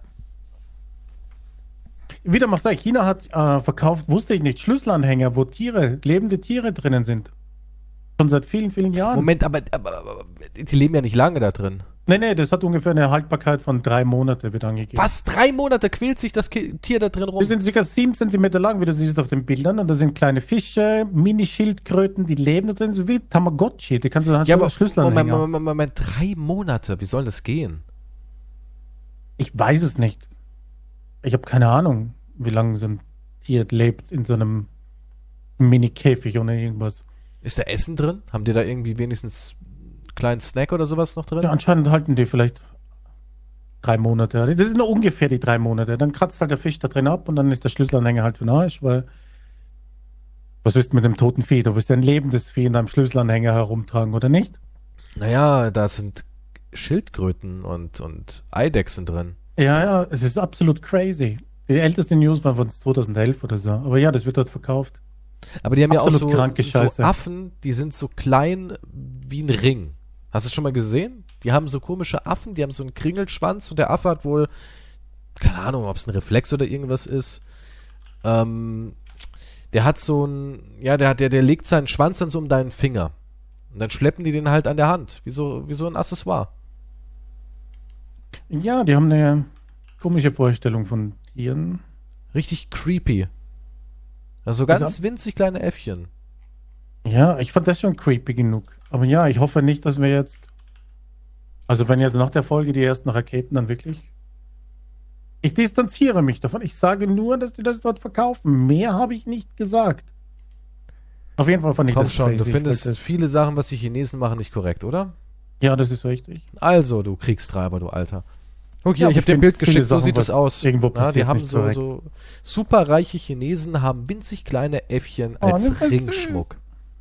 Wieder mal sagen, China hat äh, verkauft, wusste ich nicht, Schlüsselanhänger, wo Tiere, lebende Tiere drinnen sind. Schon seit vielen, vielen Jahren. Moment, aber, aber, aber die leben ja nicht lange da drin. Nee, nee, das hat ungefähr eine Haltbarkeit von drei Monate, wird angegeben. Was? Drei Monate quält sich das Ki- Tier da drin rum? Die sind circa sieben Zentimeter lang, wie du siehst auf den Bildern. Und da sind kleine Fische, Mini-Schildkröten, die leben da drin, so wie Tamagotchi. Die kannst du dann Ja, aber Schlüsselanhänger. Moment, Moment, Moment, drei Monate. Wie soll das gehen? Ich weiß es nicht. Ich habe keine Ahnung, wie lange so ein Tier lebt in so einem Mini-Käfig oder irgendwas. Ist da Essen drin? Haben die da irgendwie wenigstens einen kleinen Snack oder sowas noch drin? Ja, anscheinend halten die vielleicht drei Monate. Das ist nur ungefähr die drei Monate. Dann kratzt halt der Fisch da drin ab und dann ist der Schlüsselanhänger halt für den Arsch, weil was willst du mit dem toten Vieh? Du willst ja ein lebendes Vieh in deinem Schlüsselanhänger herumtragen, oder nicht? Naja, da sind Schildkröten und, und Eidechsen drin. Ja, ja, es ist absolut crazy. Die älteste News war von zweitausendelf oder so. Aber ja, das wird dort verkauft. Aber die haben Absolut ja auch kranke so, so Scheiße. Affen, die sind so klein wie ein Ring. Hast du das schon mal gesehen? Die haben so komische Affen, die haben so einen Kringelschwanz und der Affe hat wohl, keine Ahnung, ob es ein Reflex oder irgendwas ist. Ähm, der hat so ein, ja, der hat, der, der legt seinen Schwanz dann so um deinen Finger. Und dann schleppen die den halt an der Hand, wie so, wie so ein Accessoire. Ja, die haben eine komische Vorstellung von Tieren. Richtig creepy. Also ganz Also- winzig kleine Äffchen. Ja, ich fand das schon creepy genug. Aber ja, ich hoffe nicht, dass wir jetzt. Also, wenn jetzt nach der Folge die ersten Raketen dann wirklich. Ich distanziere mich davon. Ich sage nur, dass die das dort verkaufen. Mehr habe ich nicht gesagt. Auf jeden Fall fand ich Komm das schon, crazy. du Ich findest wollte das- viele Sachen, was die Chinesen machen, nicht korrekt, oder? Ja, das ist richtig. Also, du Kriegstreiber, du Alter. Okay, Ja, ich aber habe dir ein ich Bild find viele geschickt, so Sachen, sieht es was aus. irgendwo Ja, die passiert, haben nicht so, korrekt. so superreiche Chinesen haben winzig kleine Äffchen Oh, als das ist Ringschmuck.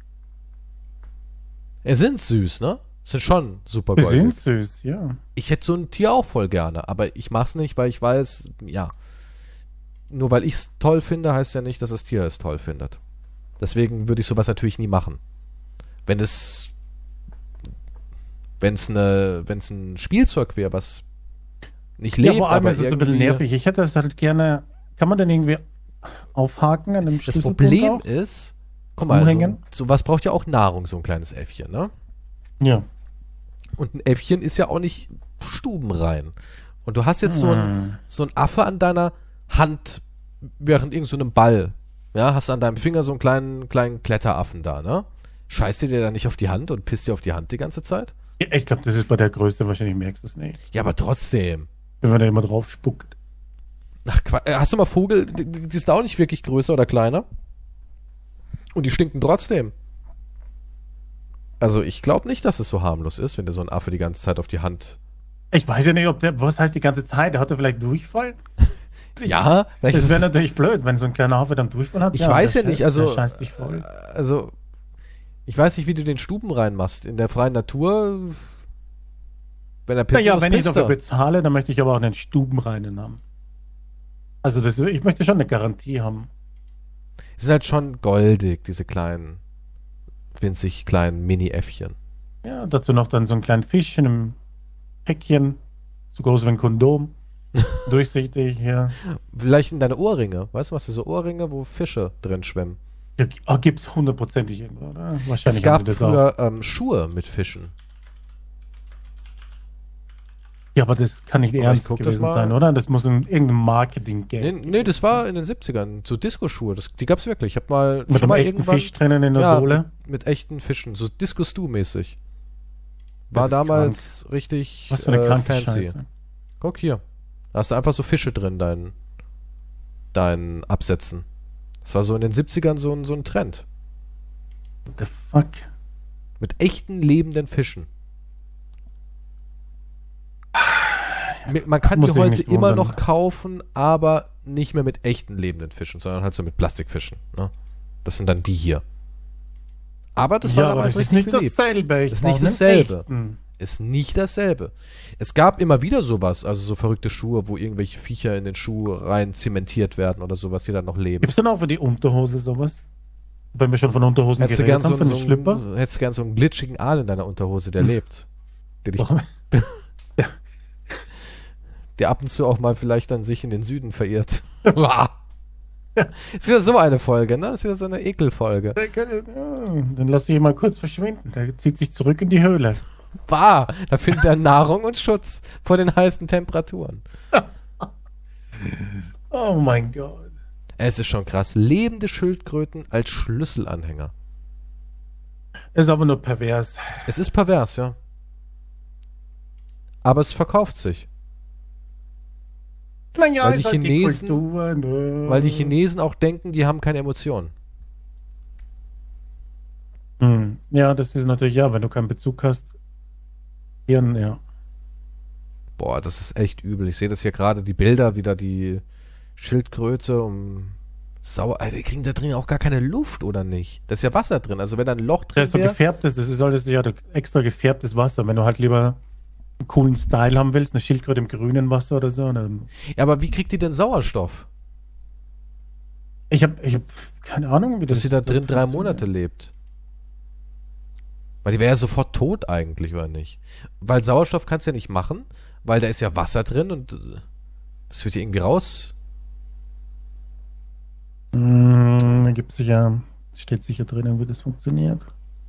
Es sind süß, ne? Sind schon super Die goldig. sind süß, ja. Ich hätte so ein Tier auch voll gerne, aber ich mach's nicht, weil ich weiß, ja, nur weil ich's toll finde, heißt ja nicht, dass das Tier es toll findet. Deswegen würde ich sowas natürlich nie machen. Wenn es wenn es eine wenn es ein Spielzeug wäre, was nicht lebt, ja, vor allem aber ist es ein bisschen irgendwie- nervig. Ich hätte das halt gerne. Kann man denn irgendwie aufhaken an einem Das Schlüsselbund Problem auch? ist, guck mal, so, Umhängen? sowas braucht ja auch Nahrung, so ein kleines Äffchen, ne? Ja. Und ein Äffchen ist ja auch nicht stubenrein. Und du hast jetzt so Hm. ein so ein Affe an deiner Hand während irgend so einem Ball. Ja, hast an deinem Finger so einen kleinen, kleinen Kletteraffen da, ne? Scheißt dir der da nicht auf die Hand und pisst dir auf die Hand die ganze Zeit? Ja, ich glaube, das ist bei der Größe wahrscheinlich, merkst du es nicht. Ja, aber trotzdem. Wenn man da immer drauf spuckt. Ach, Qua- äh, hast du mal Vogel, die, die die sind auch nicht wirklich größer oder kleiner? Und die stinken trotzdem. Also ich glaube nicht, dass es so harmlos ist, wenn dir so ein Affe die ganze Zeit auf die Hand... Ich weiß ja nicht, ob der, was heißt die ganze Zeit? Der hatte vielleicht Durchfall? Ja, vielleicht Das ist wäre es- natürlich blöd, wenn so ein kleiner Affe dann Durchfall hat. Ich weiß ja der nicht, scheißt- also, Der scheißt dich voll. also, ich weiß nicht, wie du den Stuben reinmachst. In der freien Natur, wenn er pissen Naja, muss, wenn ich pisst dafür er. bezahle, dann möchte ich aber auch einen Stubenreinen haben. Also das, ich möchte schon eine Garantie haben. Es ist halt schon goldig, diese kleinen, winzig kleinen Mini-Äffchen. Ja, dazu noch dann so einen kleinen Fisch in einem Päckchen, so groß wie ein Kondom, durchsichtig, ja. Vielleicht in deine Ohrringe. Weißt du, was diese Ohrringe, wo Fische drin schwimmen? Ja, oh, gibt's hundertprozentig irgendwo, oder? Wahrscheinlich Es haben gab die das auch. früher ähm, Schuhe mit Fischen. Ja, aber das kann nicht Aber ernst ich guck das gewesen mal. sein, oder? Das muss in irgendeinem Nee, Marketing-Gag. nee, das war in den siebzigern. So Disco-Schuhe. Das, die gab's wirklich. Ich hab mal Mit schon einem mal echten irgendwann... Fisch drinnen in der ja, Sohle. Mit, mit echten Fischen. So Disco-Stu-mäßig. Das War ist damals richtig Was für eine äh, kranke fancy. Scheiße. Guck hier. Da hast du einfach so Fische drin, dein, dein Absätzen. Das war so in den siebzigern so ein, so ein Trend. What the fuck? Mit echten lebenden Fischen. Mi- Man kann Muss die ich heute nicht immer wundern. noch kaufen, aber nicht mehr mit echten lebenden Fischen, sondern halt so mit Plastikfischen. Ne? Das sind dann die hier. Aber das war Ja, aber damals das ist richtig nicht beliebt. dasselbe. Ich Das ist brauch nicht einen dasselbe. echten. Ist nicht dasselbe. Es gab immer wieder sowas, also so verrückte Schuhe, wo irgendwelche Viecher in den Schuh rein zementiert werden oder sowas, die dann noch leben. Gibt's denn auch für die Unterhose sowas? Wenn wir schon von Unterhosen Hättest du geredet gern so, haben, für einen- den so, Schlipper? einen- hättest du gern so einen glitschigen Aal in deiner Unterhose, der lebt. Der, dich, Warum? der ab und zu auch mal vielleicht dann sich in den Süden verirrt. Ist wieder so eine Folge, ne? Ist wieder so eine Ekelfolge. Dann lass ich ihn mal kurz verschwinden. Der zieht sich zurück in die Höhle. Bah, da findet er Nahrung und Schutz vor den heißen Temperaturen. Oh mein Gott. Es ist schon krass. Lebende Schildkröten als Schlüsselanhänger. Ist aber nur pervers. Es ist pervers, ja. Aber es verkauft sich. Naja, Weil die ist halt Chinesen- die Kultur, ne? Weil die Chinesen auch denken, die haben keine Emotionen. Hm. Ja, das ist natürlich, ja, wenn du keinen Bezug hast. Hirn, ja. Boah, das ist echt übel. Ich sehe das hier gerade, die Bilder, wieder die Schildkröte um sauer. Alter, die kriegen da drin auch gar keine Luft, oder nicht? Da ist ja Wasser drin. Also wenn da ein Loch Das drin ist so wäre. gefärbtes, das ist alles ja extra gefärbtes Wasser. Wenn du halt lieber einen coolen Style haben willst, eine Schildkröte im grünen Wasser oder so. Dann Ja, aber wie kriegt die denn Sauerstoff? ich habe ich hab keine Ahnung, wie das Dass sie da drin drei funktioniert. Monate lebt. Weil die wäre ja sofort tot eigentlich, oder nicht? Weil Sauerstoff kannst du ja nicht machen, weil da ist ja Wasser drin und äh, das wird ja irgendwie raus. Mm, da gibt sicher, steht sicher drinnen, wie das funktioniert.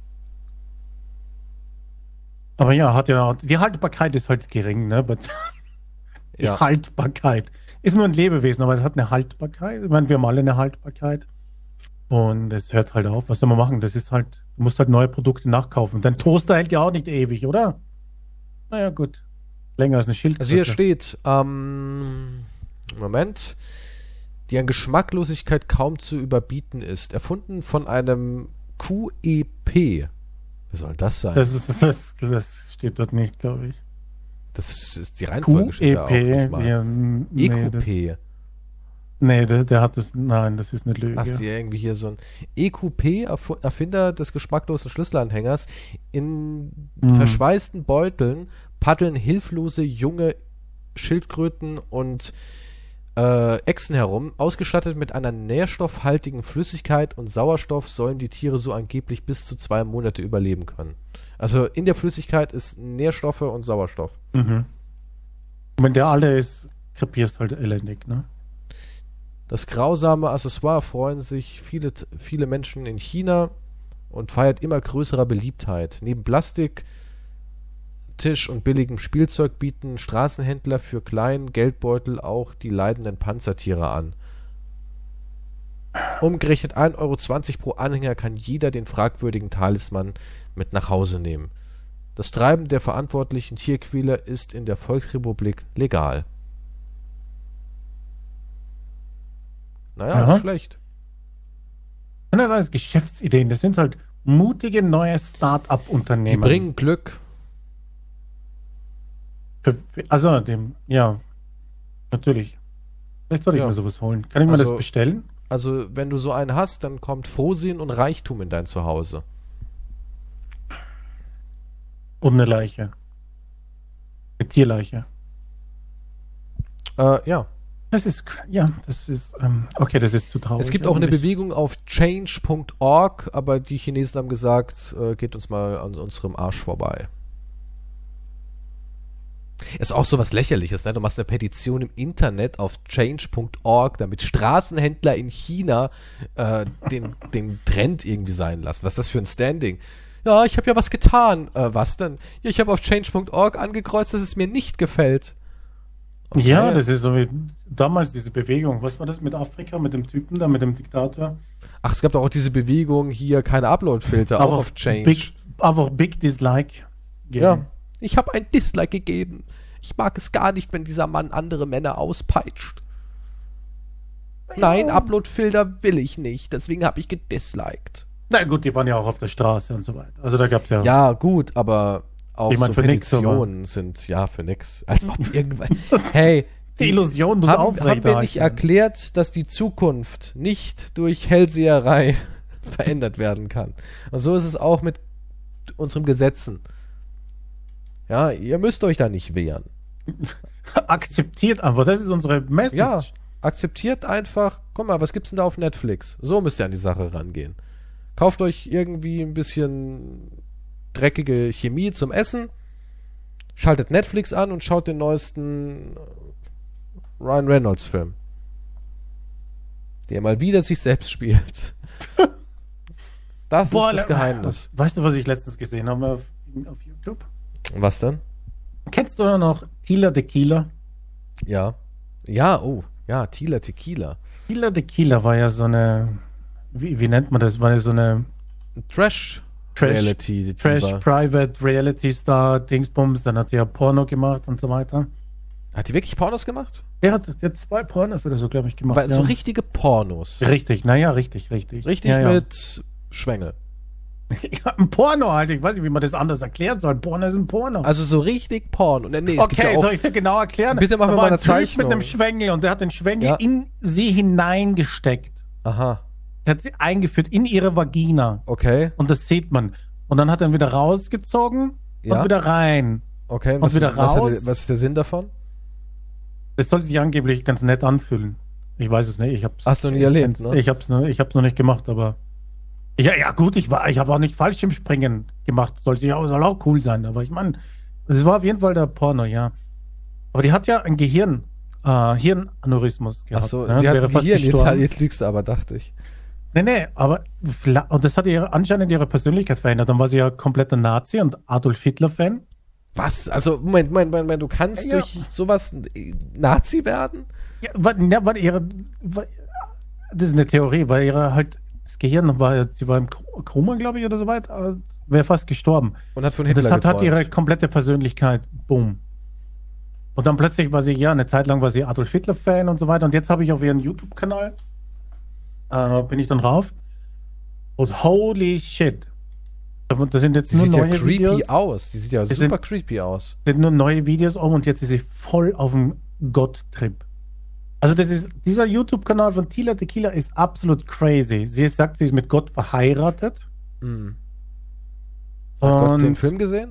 Aber ja, hat ja, die Haltbarkeit ist halt gering, ne? Aber die Ja. Haltbarkeit ist nur ein Lebewesen, aber es hat eine Haltbarkeit. Ich meine, wir haben alle eine Haltbarkeit. Und es hört halt auf. Was soll man machen? Das ist halt, du musst halt neue Produkte nachkaufen. Dein Toaster hält ja auch nicht ewig, oder? Naja, gut. Länger als eine Schildkröte. Also hier steht, ähm, Moment, die an Geschmacklosigkeit kaum zu überbieten ist. Erfunden von einem Q E P. Wer soll das sein? Das, ist, das, das steht dort nicht, glaube ich. Das ist, ist die Reihenfolge Q steht E da auch P. nicht mal. Ja, nee, das, E Q P. nee der, der hat das. Nein, das ist eine Lüge. Hast du ja irgendwie hier so ein E Q P, Erfu- Erfinder des geschmacklosen Schlüsselanhängers. In Mhm. verschweißten Beuteln paddeln hilflose junge Schildkröten und äh, Echsen herum. Ausgestattet mit einer nährstoffhaltigen Flüssigkeit und Sauerstoff sollen die Tiere so angeblich bis zu zwei Monate überleben können. Also in der Flüssigkeit ist Nährstoffe und Sauerstoff. Mhm. Wenn der alle ist, krepierst halt elendig, ne? Das grausame Accessoire freuen sich viele, viele Menschen in China und feiert immer größerer Beliebtheit. Neben Plastik, Tisch und billigem Spielzeug bieten Straßenhändler für kleinen Geldbeutel auch die leidenden Panzertiere an. Umgerechnet ein Euro zwanzig pro Anhänger kann jeder den fragwürdigen Talisman mit nach Hause nehmen. Das Treiben der verantwortlichen Tierquäler ist in der Volksrepublik legal. Naja, Aha. nicht schlecht. Das sind alles Geschäftsideen. Das sind halt mutige neue Start-up-Unternehmen. Die bringen Glück. Für, also, dem, ja, natürlich. Vielleicht sollte ich Ja. mir sowas holen. Kann ich mir Also- das bestellen? Also, wenn du so einen hast, dann kommt Frohsinn und Reichtum in dein Zuhause. Und eine Leiche. Eine Tierleiche. Äh, ja. Das ist, ja, das ist, ähm, okay, das ist zu traurig. Es gibt auch eine eigentlich. Bewegung auf change punkt org, aber die Chinesen haben gesagt, äh, geht uns mal an unserem Arsch vorbei. Ist auch so was Lächerliches, ne? Du machst eine Petition im Internet auf change punkt org, damit Straßenhändler in China äh, den, den Trend irgendwie sein lassen. Was ist das für ein Standing? Ja, ich habe ja was getan. Äh, was denn? Ja, ich habe auf change punkt org angekreuzt, dass es mir nicht gefällt. Okay. Ja, das ist so wie damals diese Bewegung. Was war das mit Afrika, mit dem Typen da, mit dem Diktator? Ach, es gab doch auch diese Bewegung hier, keine Upload-Filter, auch auf Change. Big, aber Big Dislike. Ja, ich habe ein Dislike gegeben. Ich mag es gar nicht, wenn dieser Mann andere Männer auspeitscht. Nein, Upload-Filter will ich nicht, deswegen habe ich gedisliked. Na gut, die waren ja auch auf der Straße und so weiter. Also da gab es ja. Ja, gut, aber auch Ich mein, so für nix, Petitionen sind, ja, für nix. Als ob irgendwann, hey, Die Illusion muss haben, haben aufrechterhalten wir nicht werden. erklärt, dass die Zukunft nicht durch Hellseherei verändert werden kann? Und so ist es auch mit unseren Gesetzen. Ja, ihr müsst euch da nicht wehren. Akzeptiert einfach, das ist unsere Message. Ja, akzeptiert einfach, guck mal, was gibt's denn da auf Netflix? So müsst ihr an die Sache rangehen. Kauft euch irgendwie ein bisschen dreckige Chemie zum Essen schaltet Netflix an und schaut den neuesten Ryan Reynolds-Film. Der mal wieder sich selbst spielt. Das Boah, ist das Geheimnis. Weißt du, was ich letztens gesehen habe auf, auf YouTube? Was denn? Kennst du noch Tila Tequila? Ja. Ja, oh. Ja, Tila Tequila. Tila Tequila war ja so eine, wie, wie nennt man das? War ja so eine Trash, Trash Reality. Trash Diva. Private Reality Star Dingsbums. Dann hat sie ja Porno gemacht und so weiter. Hat die wirklich Pornos gemacht? Der hat, der hat zwei Pornos oder so, glaube ich, gemacht. Weil, ja. So richtige Pornos. Richtig, naja, richtig, richtig. Richtig ja, ja. mit Schwengel. Ja, ein Porno halt. Ich weiß nicht, wie man das anders erklären soll. Porno ist ein Porno. Also so richtig Porno. Nee, es gibt okay, ja auch, soll ich dir genau erklären? Bitte mach Da mir war mal eine ein Typ Zeichnung. mit einem Schwengel und der hat den Schwengel Ja. in sie hineingesteckt. Aha, Der hat sie eingeführt in ihre Vagina. okay. Und das sieht man. Und dann hat er ihn wieder rausgezogen Ja. und wieder rein. Okay, Und was, wieder was, hat, raus. was ist der Sinn davon? Das soll sich angeblich ganz nett anfühlen. Ich weiß es nicht. Ich hab's, Hast du nie erlebt, ne? Ich hab's, ich hab's noch nicht gemacht, aber. Ja, ja, gut, ich war, ich habe auch nichts falsch im Springen gemacht. Soll sich auch, soll auch cool sein. Aber ich meine, es war auf jeden Fall der Porno, ja. Aber die hat ja ein Gehirn, äh, Hirnaneurysmus gehabt. Ach so, ne? sie hat Wäre ein fast Gehirn, jetzt, gestorben. jetzt lügst du aber, dachte ich. Nee, nee, aber vla- und das hat ihre, anscheinend ihre Persönlichkeit verändert. Dann war sie ja kompletter Nazi und Adolf Hitler-Fan. Was? Also, Moment, Moment, Moment, Moment, du kannst Ja. durch sowas äh, Nazi werden? Ja, weil, ja, weil ihre, weil, das ist eine Theorie, weil ihre halt, das Gehirn war, sie war im Ko- Koma, glaube ich, oder so weit, äh, wäre fast gestorben. Und hat von Und Hitler das hat, hat geträumt. ihre komplette Persönlichkeit, boom. Und dann plötzlich war sie, ja, eine Zeit lang war sie Adolf Hitler-Fan und so weiter. Und jetzt habe ich auf ihren YouTube-Kanal, äh, bin ich dann rauf. Und holy shit. Da sind jetzt Die nur sieht ja neue creepy Videos. aus. Die sieht ja Die super sind- creepy aus. sind nur neue Videos um und jetzt ist sie voll auf dem Gott-Trip. Also das ist, dieser YouTube-Kanal von Tila Tequila ist absolut crazy. Sie sagt, sie ist mit Gott verheiratet. Hm. Hat Gott den Film gesehen?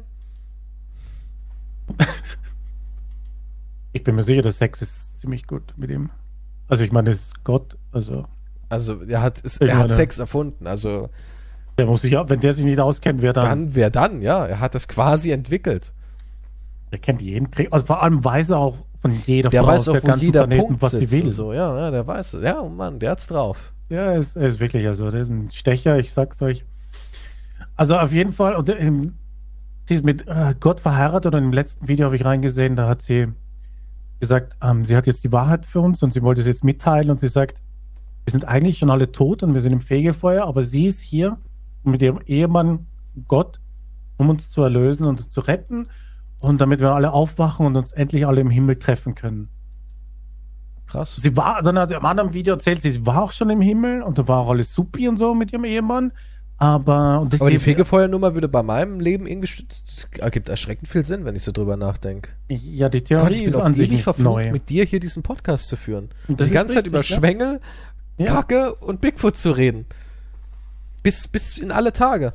Ich bin mir sicher, der Sex ist ziemlich gut mit ihm. Also ich meine, es ist Gott, also Also, er hat, ist, Ich er hat meine- Sex erfunden. Also, der muss sich ja, wenn der sich nicht auskennt, wer dann, dann, wer dann? Ja, er hat das quasi entwickelt. der kennt jeden Trick. Also vor allem weiß er auch von jeder Der Frau weiß auf auch, der wo ganzen jeder Planeten, Punkt was sie sitzt will. und so. Ja, ja, der weiß es. Ja, oh Mann, der hat's drauf. Ja, er ist, er ist wirklich, also der ist ein Stecher, ich sag's euch. Also auf jeden Fall, und ähm, sie ist mit äh, Gott verheiratet und im letzten Video habe ich reingesehen, da hat sie gesagt, ähm, sie hat jetzt die Wahrheit für uns und sie wollte es jetzt mitteilen und sie sagt, wir sind eigentlich schon alle tot und wir sind im Fegefeuer, aber sie ist hier mit ihrem Ehemann Gott, um uns zu erlösen und uns zu retten und damit wir alle aufwachen und uns endlich alle im Himmel treffen können. Krass. Sie war, dann hat sie im anderen Video erzählt, sie war auch schon im Himmel und da war auch alles supi und so mit ihrem Ehemann. Aber, und das Aber die ist- Fegefeuernummer würde bei meinem Leben irgendwie stützt. Ergibt erschreckend viel Sinn, wenn ich so drüber nachdenke. ja, die Gott, Theorie ich bin ist auf an sich ewig nicht verflucht, neu. mit dir hier diesen Podcast zu führen. Und Das die ist ganze Zeit richtig, über ja. Schwengel, Ja. Kacke und Bigfoot zu reden. Bis, bis in alle Tage.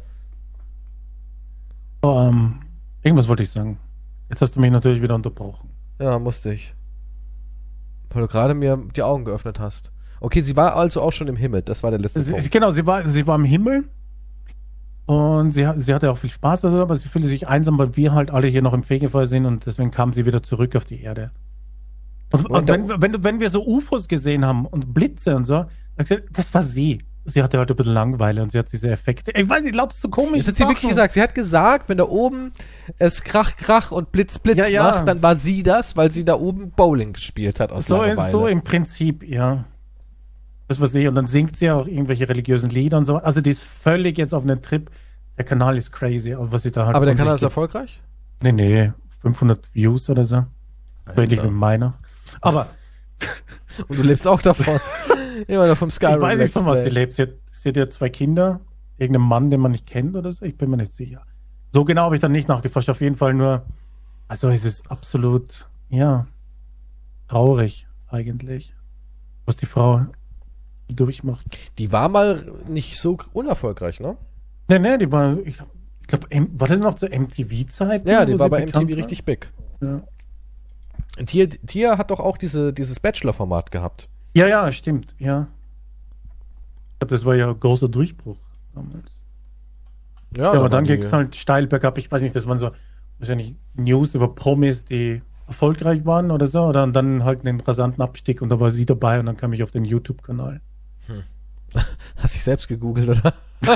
Oh, ähm, irgendwas wollte ich sagen. Jetzt hast du mich natürlich wieder unterbrochen. Ja, musste ich. Weil du gerade mir die Augen geöffnet hast. Okay, sie war also auch schon im Himmel. Das war der letzte Sie, Punkt. genau, sie war, sie war im Himmel und sie, hat- sie hatte auch viel Spaß, also, aber sie fühlte sich einsam, weil wir halt alle hier noch im Fegefeuer sind und deswegen kam sie wieder zurück auf die Erde. Und, Und und da- wenn, wenn, wenn wir so U F Os gesehen haben und Blitze und so, hab ich gesagt, das war sie. Sie hatte halt ein bisschen Langeweile und sie hat diese Effekte. Ich weiß nicht, lautet so komisch. Das hat sie wirklich gesagt. Sie hat gesagt, wenn da oben es krach, krach und blitz, blitz Ja, ja. macht, dann war sie das, weil sie da oben Bowling gespielt hat aus So, Langeweile. so im Prinzip, ja. Das war sie. Und dann singt sie auch irgendwelche religiösen Lieder und so. Also die ist völlig jetzt auf einem Trip. Der Kanal ist crazy, was sie da halt Aber der von Kanal sich ist erfolgreich? gibt. Nee, nee, fünfhundert Views oder so. Ähnlich Alter. wie meiner. Aber Und du lebst auch davon. Immer noch vom Skyrim. ich weiß nicht, Let's von was Play. sie lebt. Sie hat, sie hat ja zwei Kinder. Irgendeinen Mann, den man nicht kennt oder so. Ich bin mir nicht sicher. So genau habe ich dann nicht nachgeforscht. Auf jeden Fall nur, also es ist absolut, ja, traurig eigentlich, was die Frau durchmacht. Die war mal nicht so unerfolgreich, ne? Nee, nee, die war, ich, ich glaube, war das noch zur M T V-Zeit? Ja, die war bei M T V richtig big. Ja. Und Tia, Tia hat doch auch diese, dieses Bachelor-Format gehabt. ja, ja, stimmt, ja. Ich glaube, das war ja ein großer Durchbruch damals. Ja, aber dann ging ging es halt steil bergab. Ich weiß nicht, das waren so wahrscheinlich News über Promis, die erfolgreich waren oder so, oder und dann halt einen rasanten Abstieg und da war sie dabei und dann kam ich auf den YouTube-Kanal. Hm. Hast dich selbst gegoogelt, oder?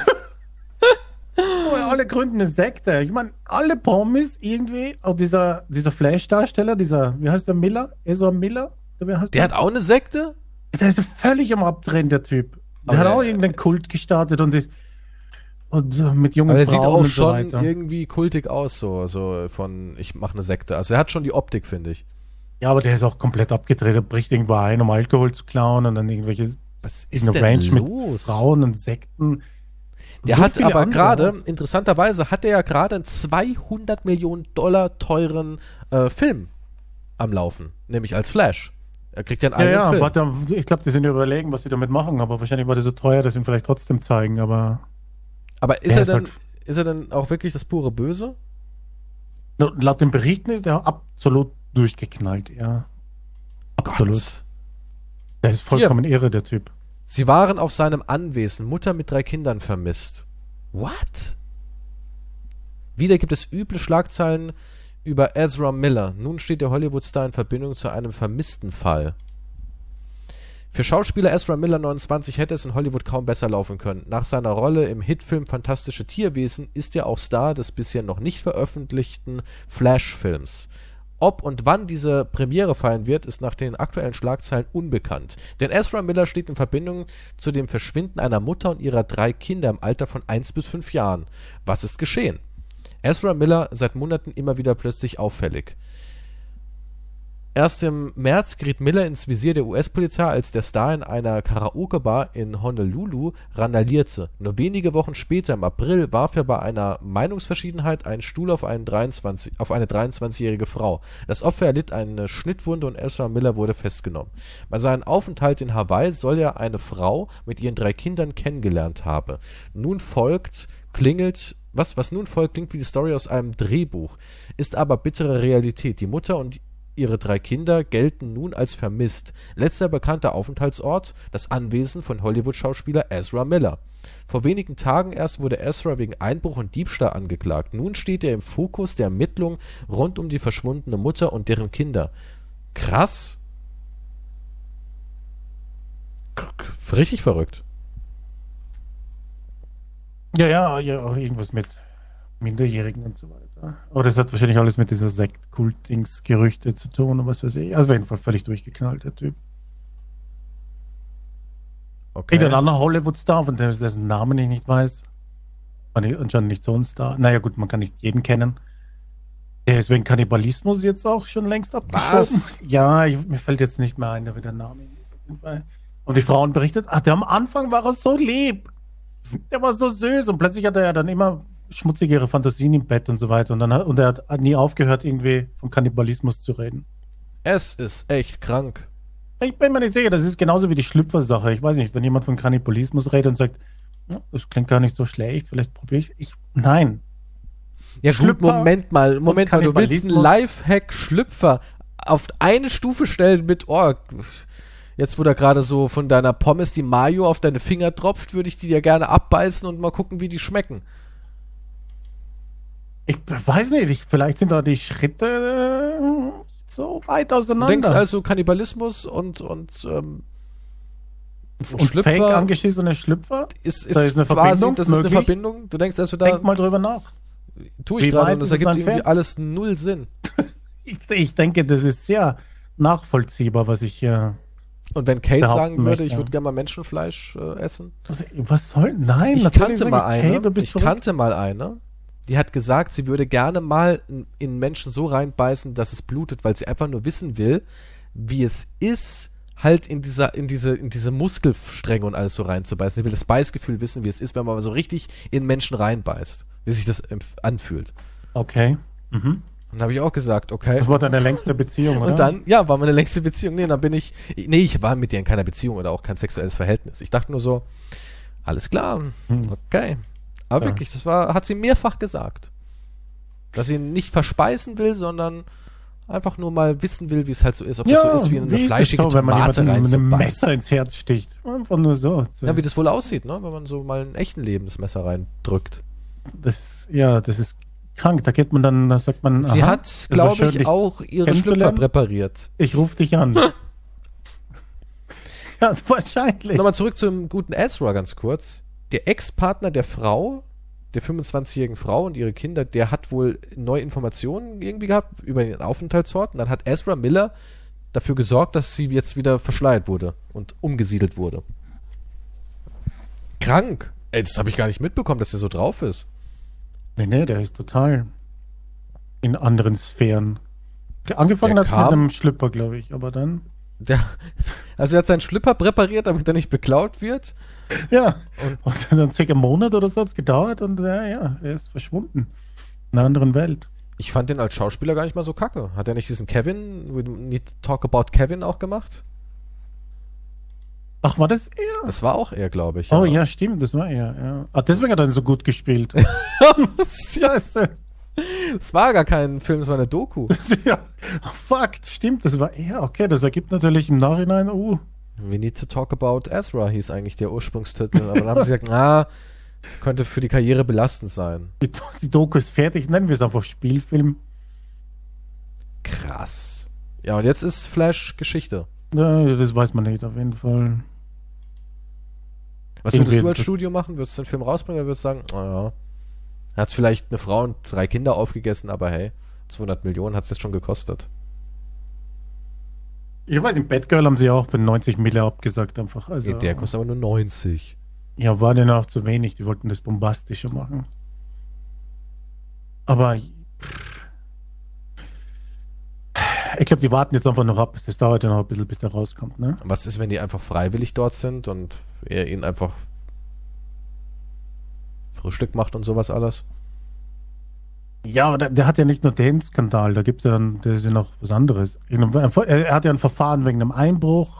Oh, alle gründen eine Sekte. Ich meine, alle Promis irgendwie, auch dieser, dieser Flash-Darsteller, dieser, wie heißt der, Miller? Ezra Miller? Oder wie heißt Der der? hat auch eine Sekte? Der ist ja völlig am Abdrehen, der Typ. Der Aber hat auch der- irgendeinen Kult gestartet und ist und äh, mit jungen Aber der Frauen sieht auch und so schon weiter. irgendwie kultig aus, so, so von, ich mache eine Sekte. Also er hat schon die Optik, finde ich. Ja, aber der ist auch komplett abgedreht. Er bricht irgendwo ein, um Alkohol zu klauen und dann irgendwelche Was ist in denn Range mit los? Frauen und Sekten. Der So hat viele aber andere gerade, auch. interessanterweise, hat er ja gerade einen zweihundert Millionen Dollar teuren äh, Film am Laufen, nämlich als Flash. Er kriegt ja einen Ja, eigenen ja, Film. warte, ich glaube, die sind überlegen, was sie damit machen, aber wahrscheinlich war das so teuer, dass sie ihn vielleicht trotzdem zeigen, aber Aber ist Der er ist denn, halt- ist er denn auch wirklich das pure Böse? laut den Berichten ist der absolut durchgeknallt, ja. Absolut. Gott. Der ist vollkommen irre, der Typ. Sie waren auf seinem Anwesen, Mutter mit drei Kindern vermisst. What? Wieder gibt es üble Schlagzeilen über Ezra Miller. Nun steht der Hollywood-Star in Verbindung zu einem vermissten Fall. Für Schauspieler Ezra Miller neunundzwanzig hätte es in Hollywood kaum besser laufen können. Nach seiner Rolle im Hitfilm Fantastische Tierwesen ist er auch Star des bisher noch nicht veröffentlichten Flash-Films. Ob und wann diese Premiere feiern wird, ist nach den aktuellen Schlagzeilen unbekannt. Denn Ezra Miller steht in Verbindung zu dem Verschwinden einer Mutter und ihrer drei Kinder im Alter von eins bis fünf Jahren. Was ist geschehen? Ezra Miller seit Monaten immer wieder plötzlich auffällig. Erst im März geriet Miller ins Visier der U S-Polizei, als der Star in einer Karaoke-Bar in Honolulu randalierte. Nur wenige Wochen später, im April, warf er bei einer Meinungsverschiedenheit einen Stuhl auf, einen dreiundzwanzig, auf eine dreiundzwanzigjährige Frau. Das Opfer erlitt eine Schnittwunde und Ezra Miller wurde festgenommen. Bei seinem Aufenthalt in Hawaii soll er eine Frau mit ihren drei Kindern kennengelernt haben. Nun folgt, klingelt, was, was nun folgt, klingt wie die Story aus einem Drehbuch, ist aber bittere Realität. Die Mutter und ihre drei Kinder gelten nun als vermisst. Letzter bekannter Aufenthaltsort, das Anwesen von Hollywood-Schauspieler Ezra Miller. Vor wenigen Tagen erst wurde Ezra wegen Einbruch und Diebstahl angeklagt. Nun steht er im Fokus der Ermittlungen rund um die verschwundene Mutter und deren Kinder. Krass. K- k- Richtig verrückt. Ja, ja, ja, auch irgendwas mit Minderjährigen und so weiter. Aber das hat wahrscheinlich alles mit dieser Sekt-Kult-Dings-Gerüchte zu tun und was weiß ich. Also auf jeden Fall völlig durchgeknallt, der Typ. Okay. Wieder ein anderer Hollywood-Star, von dem- dessen Namen ich nicht weiß. War nicht- anscheinend nicht so ein Star. Naja gut, man kann nicht jeden kennen. Der ist wegen Kannibalismus jetzt auch schon längst abgeschoben. Was? Ja, ich, mir fällt jetzt nicht mehr ein, der wieder Name. Auf jeden Fall. Und die Frauen berichtet, ach, der am Anfang war er so lieb. Der war so süß und plötzlich hat er ja dann immer schmutzigere Fantasien im Bett und so weiter. Und, dann hat, und er hat nie aufgehört, irgendwie von Kannibalismus zu reden. Es ist echt krank. Ich bin mir nicht sicher, das ist genauso wie die Schlüpfer-Sache. Ich weiß nicht, wenn jemand von Kannibalismus redet und sagt, ja, das klingt gar nicht so schlecht, vielleicht probiere ich. ich nein. Ja gut, Schlüpfer Moment mal, Moment mal, du willst einen Kannibalismus. Lifehack-Schlüpfer auf eine Stufe stellen mit, oh, jetzt wo da gerade so von deiner Pommes die Mayo auf deine Finger tropft, würde ich die dir gerne abbeißen und mal gucken, wie die schmecken. Ich weiß nicht, ich, vielleicht sind da die Schritte äh, so weit Du auseinander. denkst also Kannibalismus und, und, ähm, und fake Schlüpfer angeschissene Schlüpfer? ist, da ist, ist eine quasi, Verbindung das ist eine möglich? Verbindung. Du denkst also, da Denk mal drüber nach. tue ich wie gerade weit und das ist es ergibt dann irgendwie fern? alles null Sinn. Ich, ich denke, das ist sehr nachvollziehbar, was ich hier. Und wenn Kate Behaupten sagen würde, möchte, ich ja. würde gerne mal Menschenfleisch äh, essen. Was, was soll. Nein, Ich natürlich kannte sag mal ich, eine, hey, du bist ich verrückt. kannte mal eine, die hat gesagt, sie würde gerne mal in, in Menschen so reinbeißen, dass es blutet, weil sie einfach nur wissen will, wie es ist, halt in dieser, in diese, in diese Muskelstränge und alles so reinzubeißen. Sie will das Beißgefühl wissen, wie es ist, wenn man so richtig in Menschen reinbeißt, wie sich das empf- anfühlt. Okay. Mhm. Und da habe ich auch gesagt, okay. Das war deine längste Beziehung, oder? Und dann, ja, war meine längste Beziehung. Nee, dann bin ich, nee, ich war mit dir in keiner Beziehung oder auch kein sexuelles Verhältnis. Ich dachte nur so, alles klar, Hm. okay. Aber Ja. wirklich, das war, hat sie mehrfach gesagt. Dass sie ihn nicht verspeisen will, sondern einfach nur mal wissen will, wie es halt so ist. Ob das so ist, wie in eine ist das fleischige so, wenn man Tomate jemanden mit einem reinzubeißen. Messer ins Herz sticht. Einfach nur so. Ja, wie das wohl aussieht, ne? Wenn man so mal im echten Leben das Messer reindrückt. Das, ja, das ist krank. Da geht man dann, da sagt man, Sie aha, hat, es war glaube schön, ich, dich auch ihre kennenzulernen. Schlüpfer präpariert. Ich rufe dich an. Ja, wahrscheinlich. Nochmal zurück zum guten Ezra ganz kurz. Der Ex-Partner der Frau, der fünfundzwanzigjährigen Frau und ihre Kinder, der hat wohl neue Informationen irgendwie gehabt über den Aufenthaltsort. Und dann hat Ezra Miller dafür gesorgt, dass sie jetzt wieder verschleiert wurde und umgesiedelt wurde. Krank. Ey, das habe ich gar nicht mitbekommen, dass er so drauf ist. Nee, nee, der ist total in anderen Sphären. Angefangen Der hat mit kam- einem Schlüpper, glaube ich, aber dann. Der, also er hat seinen Schlüpper präpariert, damit er nicht beklaut wird. Ja, und, dann circa einen Monat oder so hat es gedauert und ja, ja, er ist verschwunden. In einer anderen Welt. Ich fand den als Schauspieler gar nicht mal so kacke. Hat er nicht diesen Kevin, We Need to Talk About Kevin auch gemacht? Ach, war das er? Das war auch er, glaube ich. Oh ja, stimmt, das war er. Ja. Ah, deswegen hat er ihn so gut gespielt. Scheiße. Das war gar kein Film, das war eine Doku. Ja, Fakt, stimmt, das war er. Okay, das ergibt natürlich im Nachhinein, uh, We Need to Talk About Ezra hieß eigentlich der Ursprungstitel. Aber dann haben sie gesagt, na, könnte für die Karriere belastend sein. die, die Doku ist fertig, nennen wir es einfach Spielfilm. Krass. Ja, und jetzt ist Flash Geschichte. Ja, das weiß man nicht, auf jeden Fall. Was würdest Irgendwie- du als Studio machen? Würdest du den Film rausbringen oder würdest du sagen, naja, er hat vielleicht eine Frau und drei Kinder aufgegessen, aber hey, zweihundert Millionen hat es jetzt schon gekostet. Ich weiß, im Batgirl haben sie auch bei neunzig Mille abgesagt einfach. Also, Der kostet aber nur neunzig. ja, war denen auch zu wenig, die wollten das bombastischer machen. Aber pff, ich glaube, die warten jetzt einfach noch ab. Das dauert ja noch ein bisschen, bis der rauskommt, ne? Was ist, wenn die einfach freiwillig dort sind und er ihnen einfach Frühstück macht und sowas alles? Ja, aber der, der hat ja nicht nur den Skandal, da gibt es ja dann, das ist ja noch was anderes. Er hat ja ein Verfahren wegen einem Einbruch,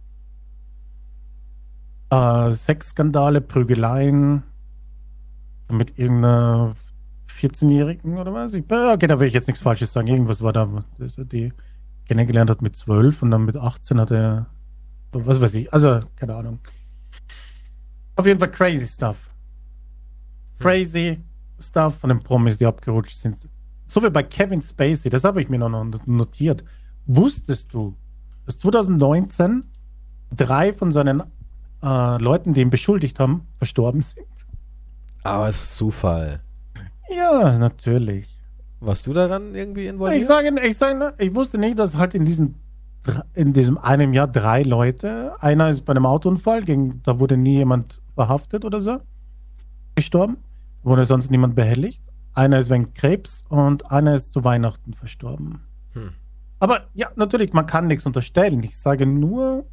äh, Sexskandale, Prügeleien mit irgendeiner vierzehnjährigen oder was? Ich, okay, da will ich jetzt nichts Falsches sagen. Irgendwas war da, dass er die kennengelernt hat mit zwölf und dann mit achtzehn hat er, was weiß ich, also keine Ahnung. Auf jeden Fall crazy stuff. Crazy Stuff von den Promis, die abgerutscht sind. So wie bei Kevin Spacey, das habe ich mir noch notiert. Wusstest du, dass zwanzig neunzehn drei von seinen äh, Leuten, die ihn beschuldigt haben, verstorben sind? Aber es ist Zufall. Ja, natürlich. Warst du daran irgendwie involviert? Ich sage, ich sage, ich wusste nicht, dass halt in diesem in diesem einem Jahr drei Leute, einer ist bei einem Autounfall, gegen, da wurde nie jemand verhaftet oder so, gestorben. Wurde sonst niemand behelligt. Einer ist wegen Krebs und einer ist zu Weihnachten verstorben. Hm. Aber ja, natürlich, man kann nichts unterstellen. Ich sage nur,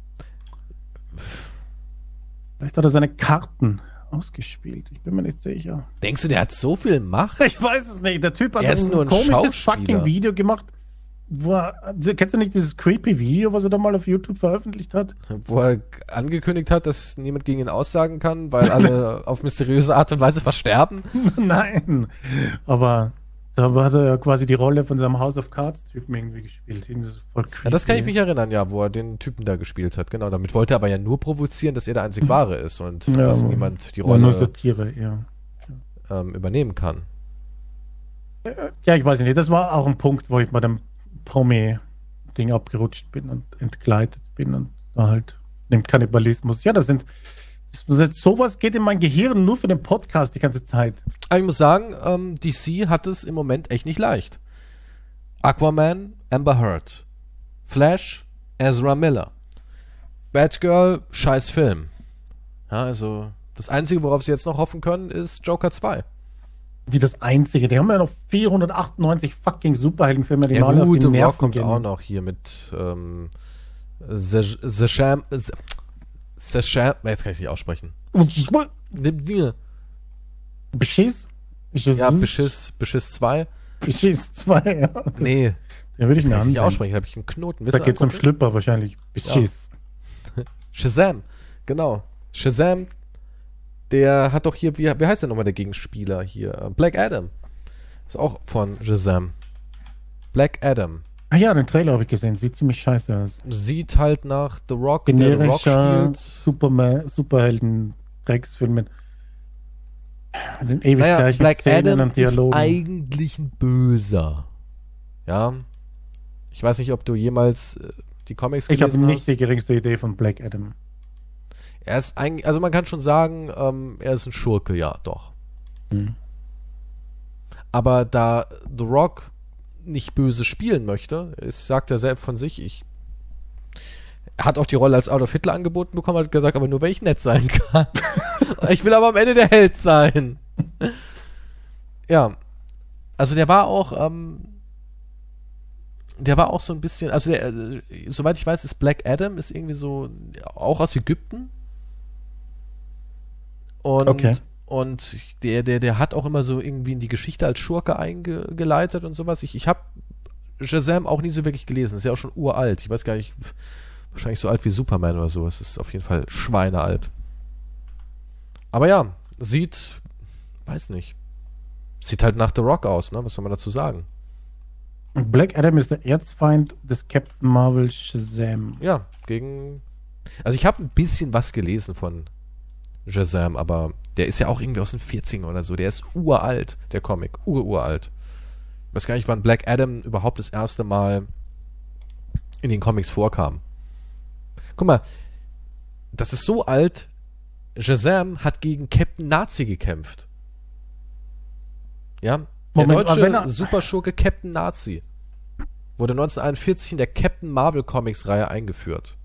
vielleicht hat er seine Karten ausgespielt. Ich bin mir nicht sicher. Denkst du, der hat so viel Macht? Ich weiß es nicht. Der Typ hat Er ist ein nur ein komisches Schauspieler. fucking Video gemacht. Wo er, kennst du nicht dieses creepy Video, was er da mal auf YouTube veröffentlicht hat? Wo er angekündigt hat, dass niemand gegen ihn aussagen kann, weil alle auf mysteriöse Art und Weise versterben? Nein. Aber da hat er ja quasi die Rolle von seinem House of Cards Typen irgendwie gespielt. Irgendwie so voll creepy. Ja, das kann ich mich erinnern, ja, wo er den Typen da gespielt hat. Genau, damit wollte er aber ja nur provozieren, dass er der einzig Wahre ist und Ja, dass aber- niemand die Ja, nur Rolle Satire, ja. ähm, übernehmen kann. Ja, ich weiß nicht. Das war auch ein Punkt, wo ich bei dem Promi-Ding abgerutscht bin und entgleitet bin und da halt dem Kannibalismus. Ja, das sind das, das, sowas geht in mein Gehirn nur für den Podcast die ganze Zeit. Aber ich muss sagen, ähm, D C hat es im Moment echt nicht leicht. Aquaman, Amber Heard. Flash, Ezra Miller. Batgirl, scheiß Film. Ja, also das Einzige, worauf sie jetzt noch hoffen können, ist Joker zwei. Wie das Einzige. Die haben ja noch vierhundertachtundneunzig fucking Superheldenfilme, die Ja mal auf gut, die The Rock Nerven kommt gehen. auch noch hier mit ähm, The, The Sham... The, The Sham... Jetzt kann ich es nicht aussprechen. Beschiss? Beschiss? Ja, Beschiss, Beschiss zwei. Beschiss zwei, ja. Das, Nee, den würde ich das mir kann ich nicht ansehen. aussprechen, da habe ich einen Knoten. Da geht es um Schlüpper wahrscheinlich. Beschiss. Shazam, genau. Shazam, der hat doch hier, wie, wie heißt der nochmal der Gegenspieler hier? Black Adam. Ist auch von Shazam. Black Adam. Ah ja, den Trailer habe ich gesehen. Sieht ziemlich scheiße aus. Sieht halt nach The Rock, der The Rock Generischer spielt. Superman, Superhelden-Drecksfilm mit Den ewig Naja, gleichen Black Szenen Adam und Dialogen. ist eigentlich ein Böser. Ja. Ich weiß nicht, ob du jemals äh, die Comics Ich habe gelesen nicht hast. die geringste Idee von Black Adam. Er ist eigentlich, also man kann schon sagen, ähm, er ist ein Schurke, ja, doch. Hm. Aber da The Rock nicht böse spielen möchte, es sagt er selbst von sich, ich er hat auch die Rolle als Adolf Hitler angeboten bekommen, hat gesagt, aber nur wenn ich nett sein kann. Ich will aber am Ende der Held sein. Ja. Also der war auch, ähm, der war auch so ein bisschen, also der, äh, soweit ich weiß, ist Black Adam, ist irgendwie so, auch aus Ägypten. Und, Okay. und der, der, der hat auch immer so irgendwie in die Geschichte als Schurke eingeleitet und sowas. Ich, ich habe Shazam auch nie so wirklich gelesen. Ist ja auch schon uralt. Ich weiß gar nicht, wahrscheinlich so alt wie Superman oder so. Es ist auf jeden Fall schweinealt. Aber ja, sieht, weiß nicht. Sieht halt nach The Rock aus, ne? Was soll man dazu sagen? Black Adam ist der Erzfeind des Captain Marvel Shazam. Ja, gegen. Also ich habe ein bisschen was gelesen von Shazam, aber der ist ja auch irgendwie aus den vierzigern oder so. Der ist uralt, der Comic. Ur-uralt. Ich weiß gar nicht, wann Black Adam überhaupt das erste Mal in den Comics vorkam. Guck mal, das ist so alt. Shazam hat gegen Captain Nazi gekämpft. Ja, der Moment, aber deutsche wenn er- Superschurke Captain Nazi wurde neunzehnhunderteinundvierzig in der Captain Marvel Comics Reihe eingeführt.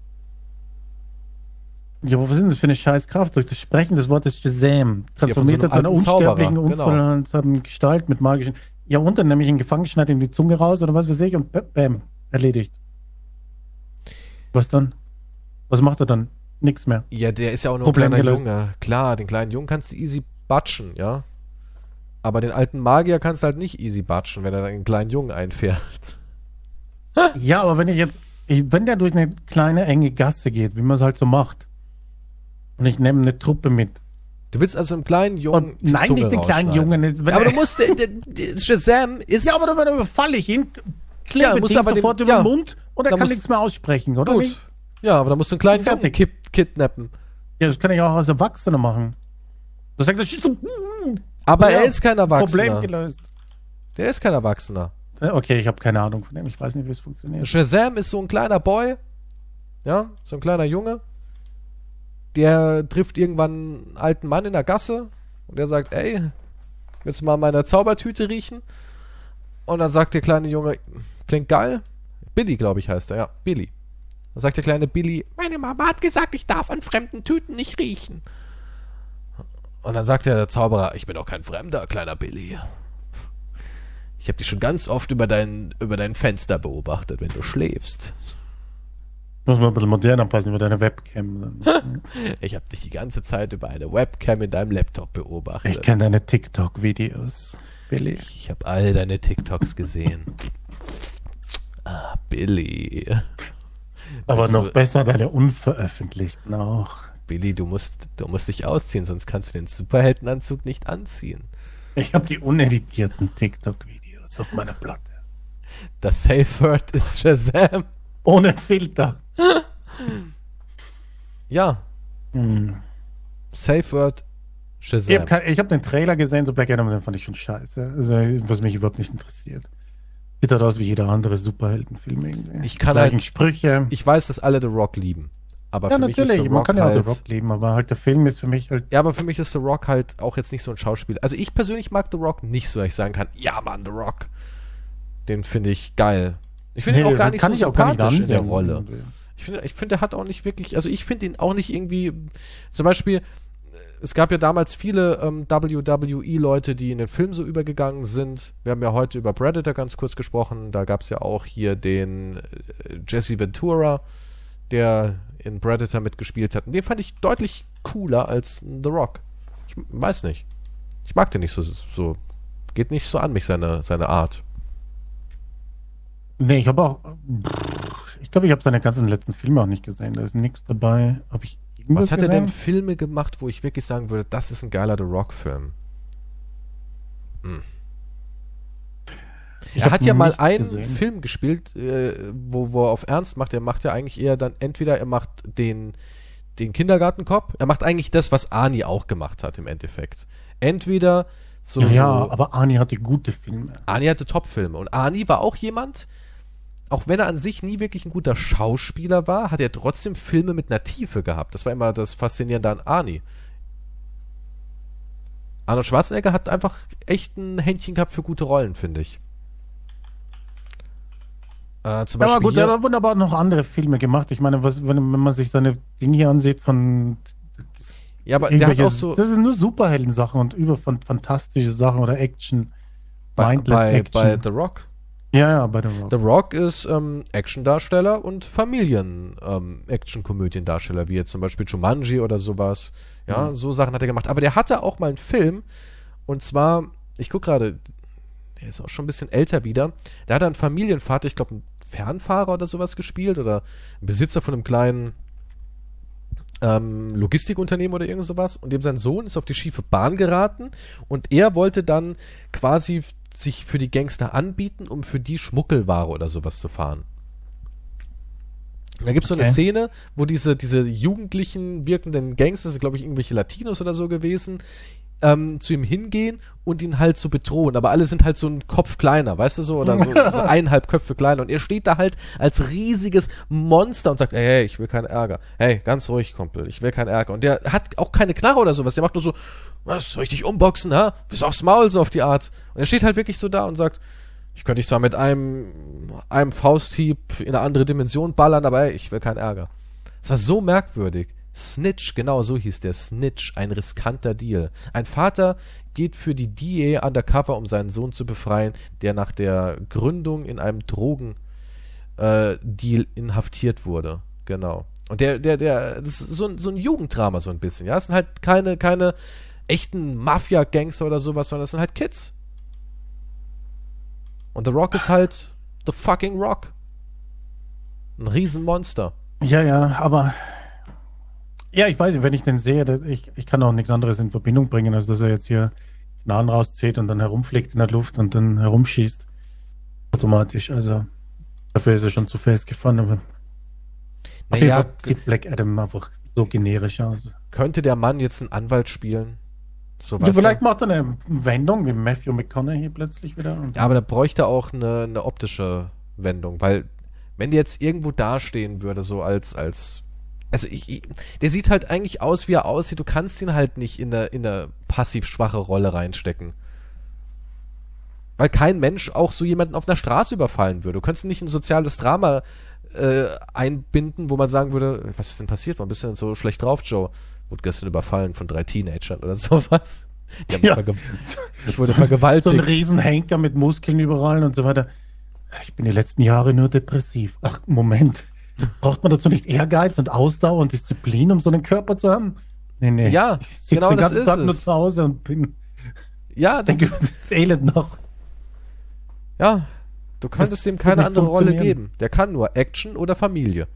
Ja, aber was ist denn das für eine Scheißkraft? Durch das Sprechen des Wortes Shazam transformiert Ja, er von zu so einer einem alten unsterblichen, Zauberer, genau. unverletzlichen Gestalt mit magischen. Ja, und dann nämlich ihn gefangen, schneidet ihm die Zunge raus oder was weiß ich und bam, erledigt. Was dann? Was macht er dann? Nix mehr. Ja, der ist ja auch nur Problem ein kleiner gelöst. Junge. Klar, den kleinen Jungen kannst du easy batschen, ja. Aber den alten Magier kannst du halt nicht easy batschen, wenn er dann einen kleinen Jungen einfährt. Ja, aber wenn ich jetzt, ich, wenn der durch eine kleine, enge Gasse geht, wie man es halt so macht, und ich nehme eine Truppe mit. Du willst also einem kleinen Jungen Und nein, nicht den kleinen Jungen. Wenn Ja, aber er- du musst, der, der, der Shazam ist... Ja, aber dann, dann überfalle ich ihn, Ja, klebe du musst Ding aber den- sofort über ja. den Mund und er Da kann muss- nichts mehr aussprechen, oder gut. nicht? Ja, aber da musst du einen kleinen Jungen Fertig. kid kidnappen. Ja, das kann ich auch als Erwachsener machen. Das sagt das Aber Ja, er ist kein Erwachsener. Problem gelöst. Der ist kein Erwachsener. Ja, Okay, ich habe keine Ahnung von dem. Ich weiß nicht, wie es funktioniert. Shazam ist so ein kleiner Boy, ja, so ein kleiner Junge, der trifft irgendwann einen alten Mann in der Gasse und der sagt, ey, willst du mal an meiner Zaubertüte riechen? Und dann sagt der kleine Junge, klingt geil. Billy, glaube ich, heißt er, ja, Billy. Dann sagt der kleine Billy, meine Mama hat gesagt, ich darf an fremden Tüten nicht riechen. Und dann sagt der Zauberer, ich bin doch kein Fremder, kleiner Billy. Ich habe dich schon ganz oft über dein, über dein Fenster beobachtet, wenn du schläfst. Muss man ein bisschen moderner passen über deine Webcam. Ich habe dich die ganze Zeit über eine Webcam in deinem Laptop beobachtet. Ich kenne deine TikTok-Videos, Billy. Ich habe all deine TikToks gesehen. Ah, Billy. Aber Weißt du, noch besser deine unveröffentlichten auch. Billy, du musst, du musst dich ausziehen, sonst kannst du den Superheldenanzug nicht anziehen. Ich habe die uneditierten TikTok-Videos auf meiner Platte. Das Safe Word ist Shazam. Ohne Filter. Ja, Hm. Safe Word Ich Shazam. habe hab den Trailer gesehen, so Black Adam, den fand ich schon scheiße. Also, was mich überhaupt nicht interessiert. Sieht halt aus wie jeder andere Superheldenfilm irgendwie. Ich kann Die gleichen halt- Sprüche. Ich weiß, dass alle The Rock lieben. Aber ja, für mich ist natürlich. The Man Rock kann ja auch halt... The Rock lieben, aber halt der Film ist für mich halt. Ja, aber für mich ist The Rock halt auch jetzt nicht so ein Schauspieler. Also ich persönlich mag The Rock nicht so, dass ich sagen kann, ja Mann, The Rock. Den finde ich geil. Ich finde ihn Nee, auch gar den nicht kann so ich auch gar nicht sympathisch in der ansehen. Rolle. Ich finde, ich finde, der hat auch nicht wirklich, also ich finde ihn auch nicht irgendwie, zum Beispiel, es gab ja damals viele ähm, W W E-Leute, die in den Film so übergegangen sind. Wir haben ja heute über Predator ganz kurz gesprochen. Da gab es ja auch hier den äh, Jesse Ventura, der in Predator mitgespielt hat. Und den fand ich deutlich cooler als The Rock. Ich m- weiß nicht. Ich mag den nicht so, so. Geht nicht so an mich, seine, seine Art. Nee, ich habe auch. Ich glaube, ich habe seine ganzen letzten Filme auch nicht gesehen. Da ist nichts dabei. Habe ich irgendwas Was hat er gesehen? denn Filme gemacht, wo ich wirklich sagen würde, das ist ein geiler The Rock-Film? Hm. Ich Er hab hat ja mal nichts einen gesehen. Film gespielt, äh, wo, wo er auf Ernst macht. Er macht ja eigentlich eher dann, entweder er macht den, den Kindergartenkopf. Er macht eigentlich das, was Arnie auch gemacht hat im Endeffekt. Entweder so... Ja, ja so, aber Arnie hatte gute Filme. Arnie hatte Top-Filme. Und Arnie war auch jemand, auch wenn er an sich nie wirklich ein guter Schauspieler war, hat er trotzdem Filme mit einer Tiefe gehabt. Das war immer das Faszinierende an Arnie. Arnold Schwarzenegger hat einfach echt ein Händchen gehabt für gute Rollen, finde ich. Äh, zum Ja, Beispiel aber gut, hier, er hat wunderbar noch andere Filme gemacht. Ich meine, was, wenn, wenn man sich seine Dinge hier ansieht von ja, aber der hat auch so das sind nur Superhelden-Sachen und über fan- fantastische Sachen oder Action. bei, Mindless bei, Action. bei The Rock. Ja, ja, bei The Rock. The Rock ist ähm, Actiondarsteller und Familien-Action-Komödiendarsteller, wie jetzt zum Beispiel Jumanji oder sowas. Ja, Mhm. so Sachen hat er gemacht. Aber der hatte auch mal einen Film, und zwar, ich guck gerade, der ist auch schon ein bisschen älter wieder. Da hat er einen Familienvater, ich glaube, einen Fernfahrer oder sowas gespielt oder ein Besitzer von einem kleinen ähm, Logistikunternehmen oder irgend sowas. Und dem sein Sohn ist auf die schiefe Bahn geraten und er wollte dann quasi sich für die Gangster anbieten, um für die Schmuggelware oder sowas zu fahren. Und da gibt es so eine Okay. Szene, wo diese, diese jugendlichen wirkenden Gangster, glaube ich, irgendwelche Latinos oder so gewesen, ähm, zu ihm hingehen und ihn halt so bedrohen. Aber alle sind halt so ein Kopf kleiner, weißt du so? Oder so, so eineinhalb Köpfe kleiner. Und er steht da halt als riesiges Monster und sagt, hey, hey, ich will keinen Ärger. Hey, ganz ruhig, Kumpel, ich will keinen Ärger. Und der hat auch keine Knarre oder sowas. Der macht nur so, was, soll ich dich umboxen, ha? Bis aufs Maul, so auf die Art. Und er steht halt wirklich so da und sagt, ich könnte dich zwar mit einem, einem Fausthieb in eine andere Dimension ballern, aber hey, ich will keinen Ärger. Es war so merkwürdig. Snitch, genau so hieß der. Snitch, ein riskanter Deal. Ein Vater geht für die D A undercover, um seinen Sohn zu befreien, der nach der Gründung in einem Drogen äh, Deal inhaftiert wurde. Genau. Und der, der, der, das ist so ein, so ein Jugenddrama so ein bisschen, ja. Es sind halt keine, keine echten Mafia-Gangster oder sowas, sondern es sind halt Kids. Und The Rock ist halt the fucking Rock. Ein Riesenmonster. Ja, ja, aber ja, ich weiß nicht, wenn ich den sehe, das- ich, ich kann auch nichts anderes in Verbindung bringen, als dass er jetzt hier Nahen rauszieht und dann herumfliegt in der Luft und dann herumschießt. Automatisch, also dafür ist er schon zu festgefahren, aber auf jeden Naja, Fall sieht Black Adam einfach so generisch aus. könnte der Mann jetzt einen Anwalt spielen? So Ja, was. vielleicht macht er eine Wendung wie Matthew McConaughey plötzlich wieder. Und Ja, aber da bräuchte auch eine, eine optische Wendung, weil wenn der jetzt irgendwo dastehen würde, so als, als, also ich, ich, der sieht halt eigentlich aus, wie er aussieht. Du kannst ihn halt nicht in eine, in eine passiv schwache Rolle reinstecken. Weil kein Mensch auch so jemanden auf einer Straße überfallen würde. Du könntest nicht ein soziales Drama äh, einbinden, wo man sagen würde, was ist denn passiert? Warum bist du denn so schlecht drauf, Joe? Wurde gestern überfallen von drei Teenagern oder sowas. Die haben Ja. verge- ich wurde so ein vergewaltigt. Riesenhenker mit Muskeln überall und so weiter. Ich bin die letzten Jahre nur depressiv. Ach, Moment. Braucht man dazu nicht Ehrgeiz und Ausdauer und Disziplin, um so einen Körper zu haben? Nee, nee. Ja, ich sitze genau den das ganzen ist Tag nur es. zu Hause und bin, Ja, du, denke, das Elend noch. ja, du könntest Das ihm wird keine nicht andere Rolle funktionieren. geben. Der kann nur Action oder Familie.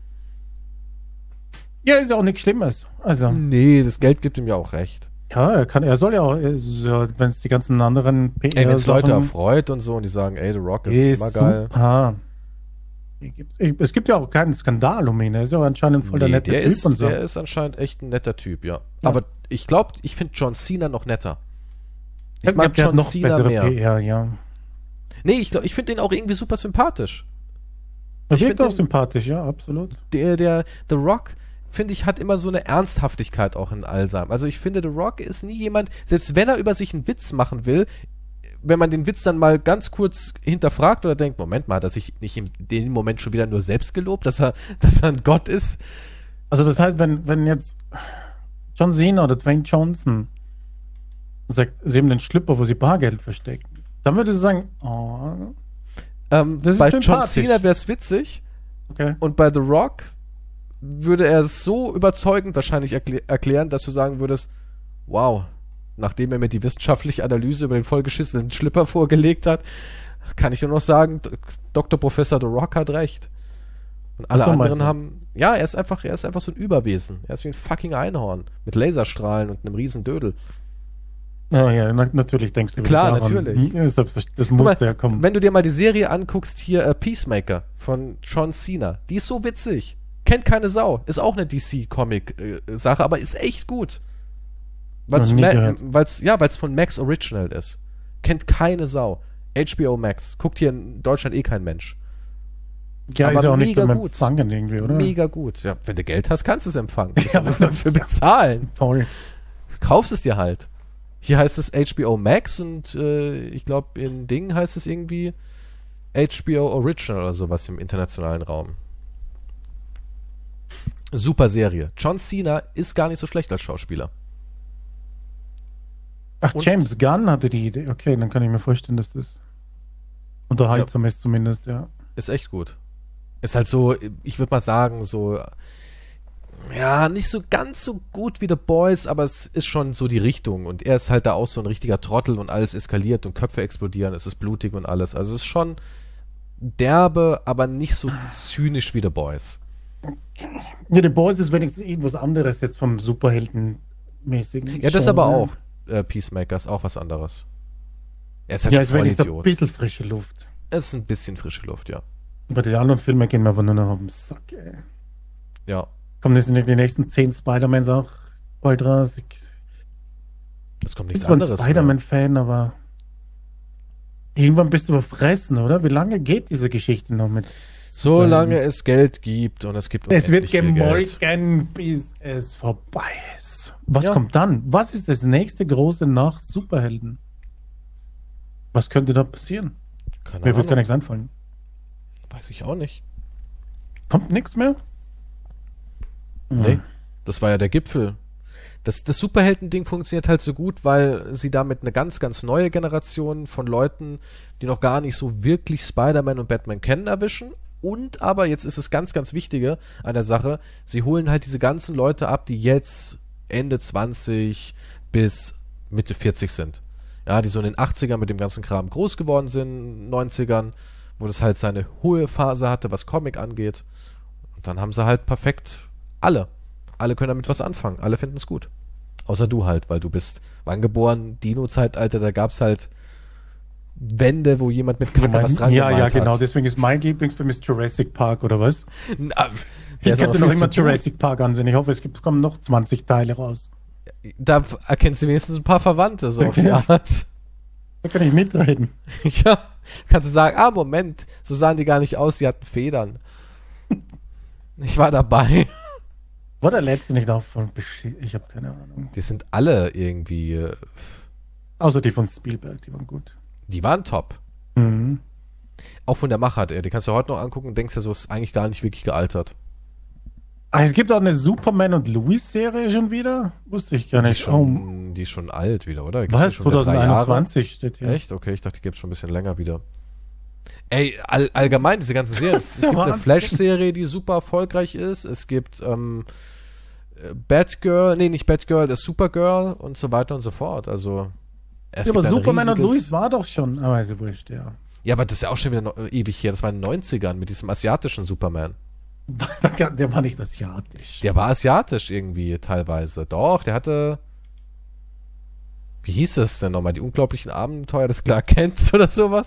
Ja, ist ja auch nichts Schlimmes. Also, Nee, das Geld gibt ihm ja auch recht. ja, er kann, er soll ja auch, wenn es die ganzen anderen P Ey, wenn es Leute Sachen- erfreut und so und die sagen, ey, The Rock ist, ist immer geil. super. Hier gibt's- ich- Es gibt ja auch keinen Skandal um ihn. Er ist ja anscheinend voll der Nee, nette der, Typ ist, und so. der ist anscheinend echt ein netter Typ, ja. Ja. Aber ich glaube, ich finde John Cena noch netter. Ich Ja, mag der hat John noch Cena bessere mehr. P R, ja. Nee, ich, glaub, ich finde den auch irgendwie super sympathisch. Er Ich wirkt find auch den- sympathisch, ja, absolut. Der, der, The Rock, finde ich, hat immer so eine Ernsthaftigkeit auch in allsam. Also ich finde, The Rock ist nie jemand, selbst wenn er über sich einen Witz machen will, wenn man den Witz dann mal ganz kurz hinterfragt oder denkt, Moment mal, hat er sich nicht in dem Moment schon wieder nur selbst gelobt, dass er, dass er ein Gott ist? Also das heißt, wenn, wenn jetzt John Cena oder Dwayne Johnson sagt, sie haben den Schlüpper, wo sie Bargeld verstecken, dann würde sie sagen, oh, Ähm, Das ist bei John sympathisch. Cena wäre es witzig okay. und bei The Rock würde er es so überzeugend wahrscheinlich erklä- erklären, dass du sagen würdest, wow, nachdem er mir die wissenschaftliche Analyse über den vollgeschissenen Schlipper vorgelegt hat, kann ich nur noch sagen, D- Doktor Professor The Rock hat recht. Und alle Ach so, anderen meinst du? haben, ja, er ist einfach, er ist einfach so ein Überwesen. Er ist wie ein fucking Einhorn mit Laserstrahlen und einem riesen Dödel. Ja, ja, na, natürlich denkst du Klar, wieder daran. natürlich. Hm, Das, das Guck muss mal, ja kommen. wenn du dir mal die Serie anguckst, hier äh, Peacemaker von John Cena, die ist so witzig. Kennt keine Sau. Ist auch eine D C-Comic-Sache, aber ist echt gut. Weil's Noch nie Ma- gehört. weil's, ja, weil es von Max Original ist. Kennt keine Sau. H B O Max. Guckt hier in Deutschland eh kein Mensch. Ja, Aber ist ja auch nicht mega so gut. empfangen irgendwie, oder? Mega gut. Ja, wenn du Geld hast, kannst du es empfangen. Du musst Ja, aber dafür bezahlen. Toll. Kaufst es dir halt. Hier heißt es H B O Max und äh, ich glaube in Ding heißt es irgendwie H B O Original oder sowas im internationalen Raum. Super Serie. John Cena ist gar nicht so schlecht als Schauspieler. Ach, Und- James Gunn hatte die Idee. Okay, dann kann ich mir vorstellen, dass das unterhaltsam ist zumindest, ja. Ist echt gut. Ist halt so, ich würde mal sagen, so, ja, nicht so ganz so gut wie The Boys, aber es ist schon so die Richtung. Und er ist halt da auch so ein richtiger Trottel und alles eskaliert und Köpfe explodieren, es ist blutig und alles. Also es ist schon derbe, aber nicht so zynisch wie The Boys. Ja, The Boys ist wenigstens irgendwas anderes jetzt vom Superhelden-mäßigen. Ja, das Genre. aber auch. Äh, Peacemaker ist auch was anderes. Er ist halt Ja, ein ist wenigstens ein Vollidiot. bisschen frische Luft. Es ist ein bisschen frische Luft, ja. Bei den anderen Filmen gehen wir aber nur noch auf den Sack, ey. Ja. Kommen jetzt nicht die nächsten zehn Spider-Mans auch bald raus? Ich Es kommt bin nichts zwar ein anderes mehr. Spider-Man-Fan, aber irgendwann bist du verfressen, oder? Wie lange geht diese Geschichte noch mit? Solange es Geld gibt und es gibt Es wird unendlich viel Geld. gemolken, bis es vorbei ist. Was Ja. kommt dann? Was ist das nächste große nach Superhelden? Was könnte da passieren? Keine Mir wird gar Ahnung. nichts einfallen. Weiß ich auch nicht. Kommt nichts mehr? Nee, das war ja der Gipfel. Das, das Superhelden-Ding funktioniert halt so gut, weil sie damit eine ganz, ganz neue Generation von Leuten, die noch gar nicht so wirklich Spider-Man und Batman kennen, erwischen. Und aber, jetzt ist es ganz, ganz Wichtige an der Sache, sie holen halt diese ganzen Leute ab, die jetzt Ende zwanzig bis Mitte vierzig sind. Ja, die so in den achtzigern mit dem ganzen Kram groß geworden sind, neunzigern, wo das halt seine hohe Phase hatte, was Comic angeht. Und dann haben sie halt perfekt alle. Alle können damit was anfangen. Alle finden es gut. Außer du halt, weil du bist wann geboren? Dino-Zeitalter, da gab es halt Wände, wo jemand mit Kacke was dran ja, ja, gemalt genau. hat. Deswegen ist mein Lieblingsfilm ist Jurassic Park, oder was? Na, der Ich ist aber könnte noch viel immer zu gut. Jurassic Park ansehen. Ich hoffe, es gibt, kommen noch zwanzig Teile raus. Da erkennst du wenigstens ein paar Verwandte, so auf die Ja. Art. Da kann ich mitreden. Ja, kannst du sagen, ah, Moment, so sahen die gar nicht aus, die hatten Federn. Ich war dabei. War der letzte nicht auch von Beschi- Ich habe keine Ahnung. Die sind alle irgendwie, äh, Außer die von Spielberg, die waren gut. die waren top. Mhm. Auch von der Machart, ey. Die kannst du heute noch angucken und denkst ja so, ist eigentlich gar nicht wirklich gealtert. Ah, es gibt auch eine Superman und Louis-Serie schon wieder? Wusste ich gar Die ist nicht. Oh, schon, die ist schon alt wieder, oder? Gibt's die was? schon wieder drei Jahre? zweitausendeinundzwanzig steht hier. Echt? Okay, ich dachte, die gibt's schon ein bisschen länger wieder. Ey, all, allgemein, diese ganzen Serien. Es, es Der gibt eine Wahnsinn. Flash-Serie, die super erfolgreich ist. Es gibt ähm, äh, Batgirl, nee, nicht Batgirl, das Supergirl und so weiter und so fort. Also, es Ja, aber gibt ein Superman und riesiges- Louis war doch schon. Aber ist ja wurscht, ja. Ja, aber das ist ja auch schon wieder noch, äh, ewig her. Das war in den neunzigern mit diesem asiatischen Superman. Der war nicht asiatisch. Der war asiatisch irgendwie teilweise. Doch, der hatte. Wie hieß das denn nochmal? Die unglaublichen Abenteuer des Clark Kent oder sowas?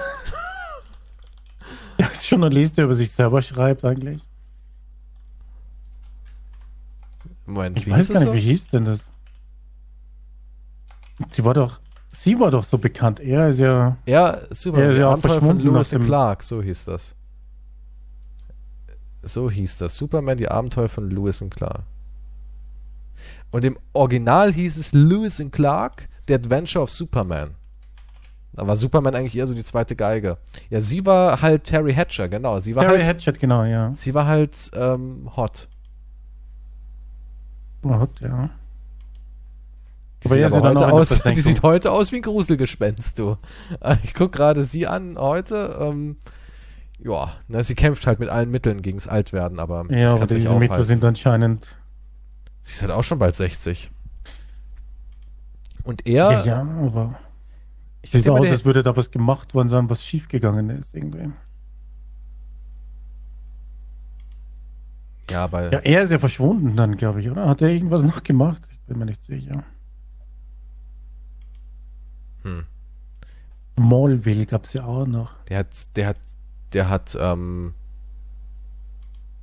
Ja, ist Journalist, der über sich selber schreibt eigentlich. Moment, Ich wie weiß hieß gar es nicht, so? wie hieß denn das? Sie war doch, sie war doch so bekannt. Er ist ja, Ja, Superman, Er ist die ja auch Abenteuer von verschwunden Lewis nach und dem- Clark, so hieß das. So hieß das. Superman, die Abenteuer von Lewis und Clark. Und im Original hieß es Lewis und Clark, The Adventure of Superman. Da war Superman eigentlich eher so die zweite Geige. Ja, sie war halt Terry Hatcher, genau. Sie war Terry halt, Hatchet, genau, ja. sie war halt ähm, hot. Gut, ja. Die, Aber sieht, er aber ist ja dann heute auch in der aus, die Versenkung. sieht heute aus wie ein Gruselgespenst, du. Äh, Ich guck gerade sie an heute. Ähm, ja, na, sie kämpft halt mit allen Mitteln gegens Altwerden, aber Ja, aber kann sich diese Mittel aufhalten. sind anscheinend. Sie ist halt auch schon bald sechzig. Und er, Ja, ja, aber. ich Sieht dachte immer, aus, der, als würde da was gemacht worden sein, was schiefgegangen ist, irgendwie. ja, aber Ja, er ist ja verschwunden dann, glaube ich, oder? Hat er irgendwas noch gemacht? Ich bin mir nicht sicher. hm, Smallville gab es ja auch noch. der hat, der hat, der hat ähm,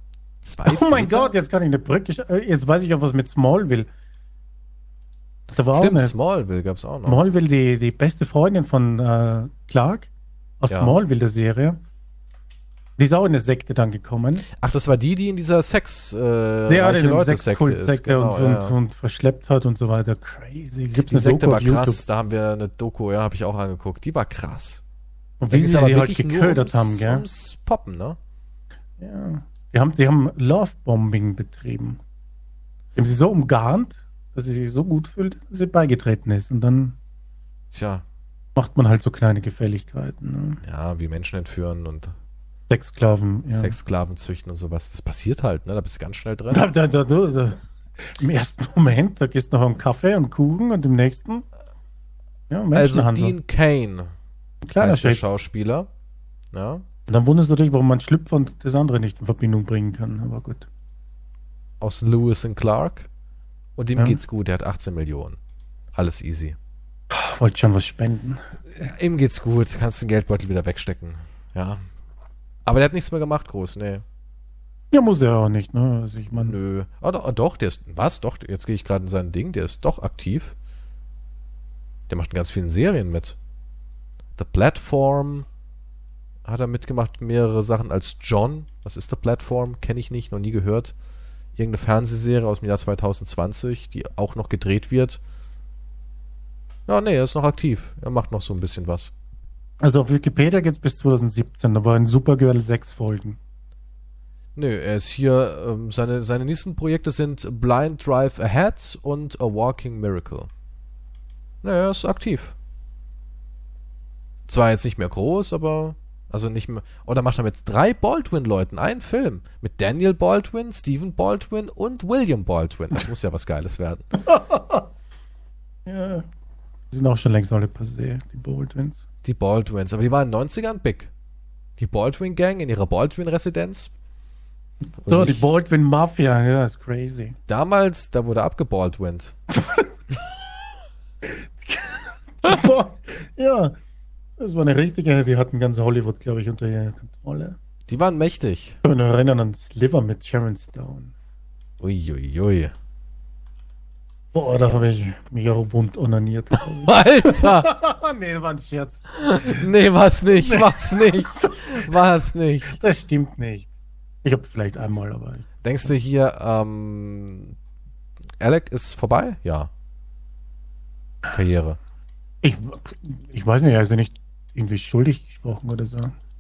Zwei Oh mein Väter? Gott, jetzt kann ich eine Brücke. sch- äh, Jetzt weiß ich auch, was mit Smallville. Da war Stimmt, auch eine Smallville gab's auch noch. Smallville, die, die beste Freundin von äh, Clark aus Ja. Smallville, der Serie. Die ist auch in eine Sekte dann gekommen. Ach, das war die, die in dieser Sex, äh, Der hat reiche in eine Leute-Sekte ist. Sexkult-Sekte Genau, und, ja, ja. und, und verschleppt hat und so weiter. Crazy. Gibt's Die eine Sekte Doku war auf YouTube. krass, da haben wir eine Doku, ja, habe ich auch angeguckt. Die war krass. Und Da wie ging's sie aber sie halt wirklich nur geködert ums, haben, gell? ums Poppen, ne? Ja. Die haben, die haben Lovebombing betrieben. Die haben sie so umgarnt, dass sie sich so gut fühlt, dass sie beigetreten ist. Und dann Tja, macht man halt so kleine Gefälligkeiten. Ne? ja, wie Menschen entführen und Sexsklaven. Ja. Sexsklaven züchten und sowas. Das passiert halt, ne? Da bist du ganz schnell drin. Da, da, da, da, da. Im ersten Moment, da gehst du noch einen Kaffee und Kuchen und im nächsten ja, Also Menschenhandel. Dean Kane Ein kleiner heißt der Shit. Schauspieler. Ja. Und dann wunderst du dich, warum man Schlüpfer und das andere nicht in Verbindung bringen kann. Aber gut. Aus Lewis and Clark. Und ihm Ja. geht's gut, der hat achtzehn Millionen. Alles easy. Ich wollte schon was spenden. Ihm geht's gut, kannst den Geldbeutel wieder wegstecken. Ja. Aber der hat nichts mehr gemacht, groß, nee. Ja, muss er auch nicht, ne? Also ich meine, Nö. Ah, do- doch, der ist. Was? Doch, jetzt gehe ich gerade in sein Ding, der ist doch aktiv. Der macht in ganz vielen Serien mit. The Platform hat er mitgemacht, mehrere Sachen als John. Was ist The Platform? Kenne ich nicht, noch nie gehört. Irgendeine Fernsehserie aus dem Jahr zwanzig zwanzig, die auch noch gedreht wird. Ja, nee, er ist noch aktiv. Er macht noch so ein bisschen was. also auf Wikipedia geht's bis zwanzig siebzehn, da war in Supergirl sechs Folgen. Nö, er ist hier, ähm, seine, seine nächsten Projekte sind Blind Drive Ahead und A Walking Miracle. Nö, er ist aktiv. Zwar jetzt nicht mehr groß, aber, also nicht mehr, oder macht er mit drei Baldwin-Leuten einen Film. Mit Daniel Baldwin, Stephen Baldwin und William Baldwin. Das muss ja was Geiles werden. Ja. Die sind auch schon längst alle passé, die Baldwins. Die Baldwins, aber die waren in den neunzigern big. Die Baldwin-Gang in ihrer Baldwin-Residenz. So, Also die Baldwin Mafia, ja, ist crazy. damals, da wurde abgebaldwint. Ja, das war eine richtige, die hatten ganz Hollywood, glaube ich, unter ihrer Kontrolle. Die waren mächtig. Ich kann mich noch erinnern an Sliver mit Sharon Stone. Uiuiui. Ui, ui. Boah, da habe ich mich auch wund onaniert. Alter! Nee, das war ein Scherz. Nee, was nicht, was nicht, was nicht. Das stimmt nicht. Ich habe vielleicht einmal, aber ich, Denkst du hier, ähm, Alec ist vorbei? Ja. Karriere. ich, ich weiß nicht, er ist ja nicht irgendwie schuldig gesprochen oder so.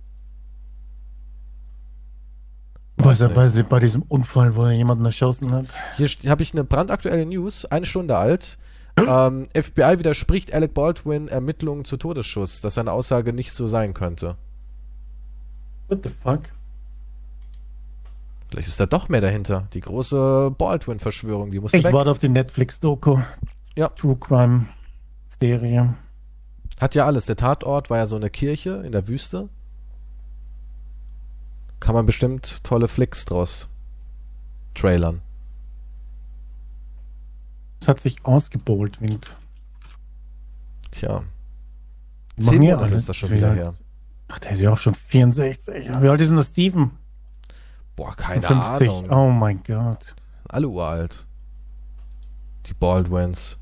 Was er nicht. bei, bei diesem Unfall, wo er jemanden erschossen hat. Hier habe ich eine brandaktuelle News, eine Stunde alt. Ähm, F B I widerspricht Alec Baldwin Ermittlungen zu Todesschuss, dass seine Aussage nicht so sein könnte. What the fuck? Vielleicht ist da doch mehr dahinter. Die große Baldwin-Verschwörung, die musste Ich weg. warte auf die Netflix-Doku. Ja. True Crime-Serie. Hat ja alles. Der Tatort war ja so eine Kirche in der Wüste. Kann man bestimmt tolle Flicks draus trailern. Es hat sich ausgebaldwint. Tja. Die Zehn machen ja Monate alle- ist das schon wie wieder alt- her. Ach, der ist ja auch schon vierundsechzig. Wie alt ist denn der Steven? Boah, keine fünfzig. Ahnung. Oh mein Gott. Alle uralt. Die Baldwins.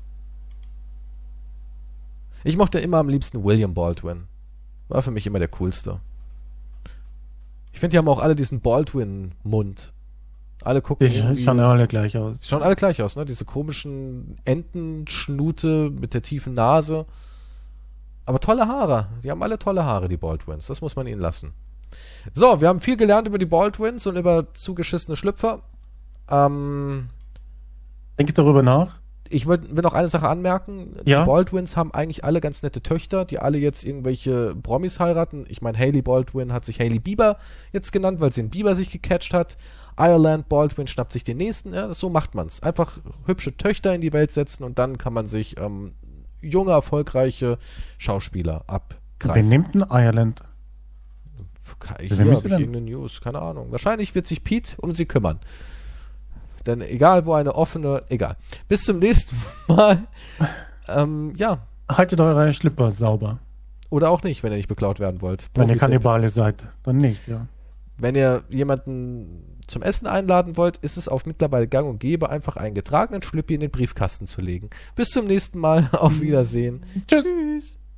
Ich mochte immer am liebsten William Baldwin. War für mich immer der coolste. Ich finde, die haben auch alle diesen Baldwin-Mund. Alle gucken Die irgendwie... schauen ja alle gleich aus. Schauen alle gleich aus, ne? Diese komischen Entenschnute mit der tiefen Nase. Aber tolle Haare. Die haben alle tolle Haare, die Baldwins. Das muss man ihnen lassen. So, wir haben viel gelernt über die Baldwins und über zugeschissene Schlüpfer. Ähm, Denke darüber nach. ich wollt, will noch eine Sache anmerken. Ja? Die Baldwins haben eigentlich alle ganz nette Töchter, die alle jetzt irgendwelche Promis heiraten. Ich meine, Hailey Baldwin hat sich Hailey Bieber jetzt genannt, weil sie in Bieber sich gecatcht hat. Ireland Baldwin schnappt sich den nächsten. Ja, so macht man's. Einfach hübsche Töchter in die Welt setzen und dann kann man sich ähm, junge, erfolgreiche Schauspieler Wer abgreifen. nimmt denn Ireland? Hier Wer habe müsste ich denn? irgendeine News, keine Ahnung. Wahrscheinlich wird sich Pete um sie kümmern. Denn egal, wo eine offene, egal. Bis zum nächsten Mal. Ähm, ja, Haltet eure Schlipper sauber. oder auch nicht, wenn ihr nicht beklaut werden wollt. Wenn ihr Profi-Tipp. Kannibale seid, dann nicht, ja. Wenn ihr jemanden zum Essen einladen wollt, ist es auch mittlerweile gang und gäbe, einfach einen getragenen Schlüppi in den Briefkasten zu legen. Bis zum nächsten Mal. Auf Wiedersehen. Tschüss. Tschüss.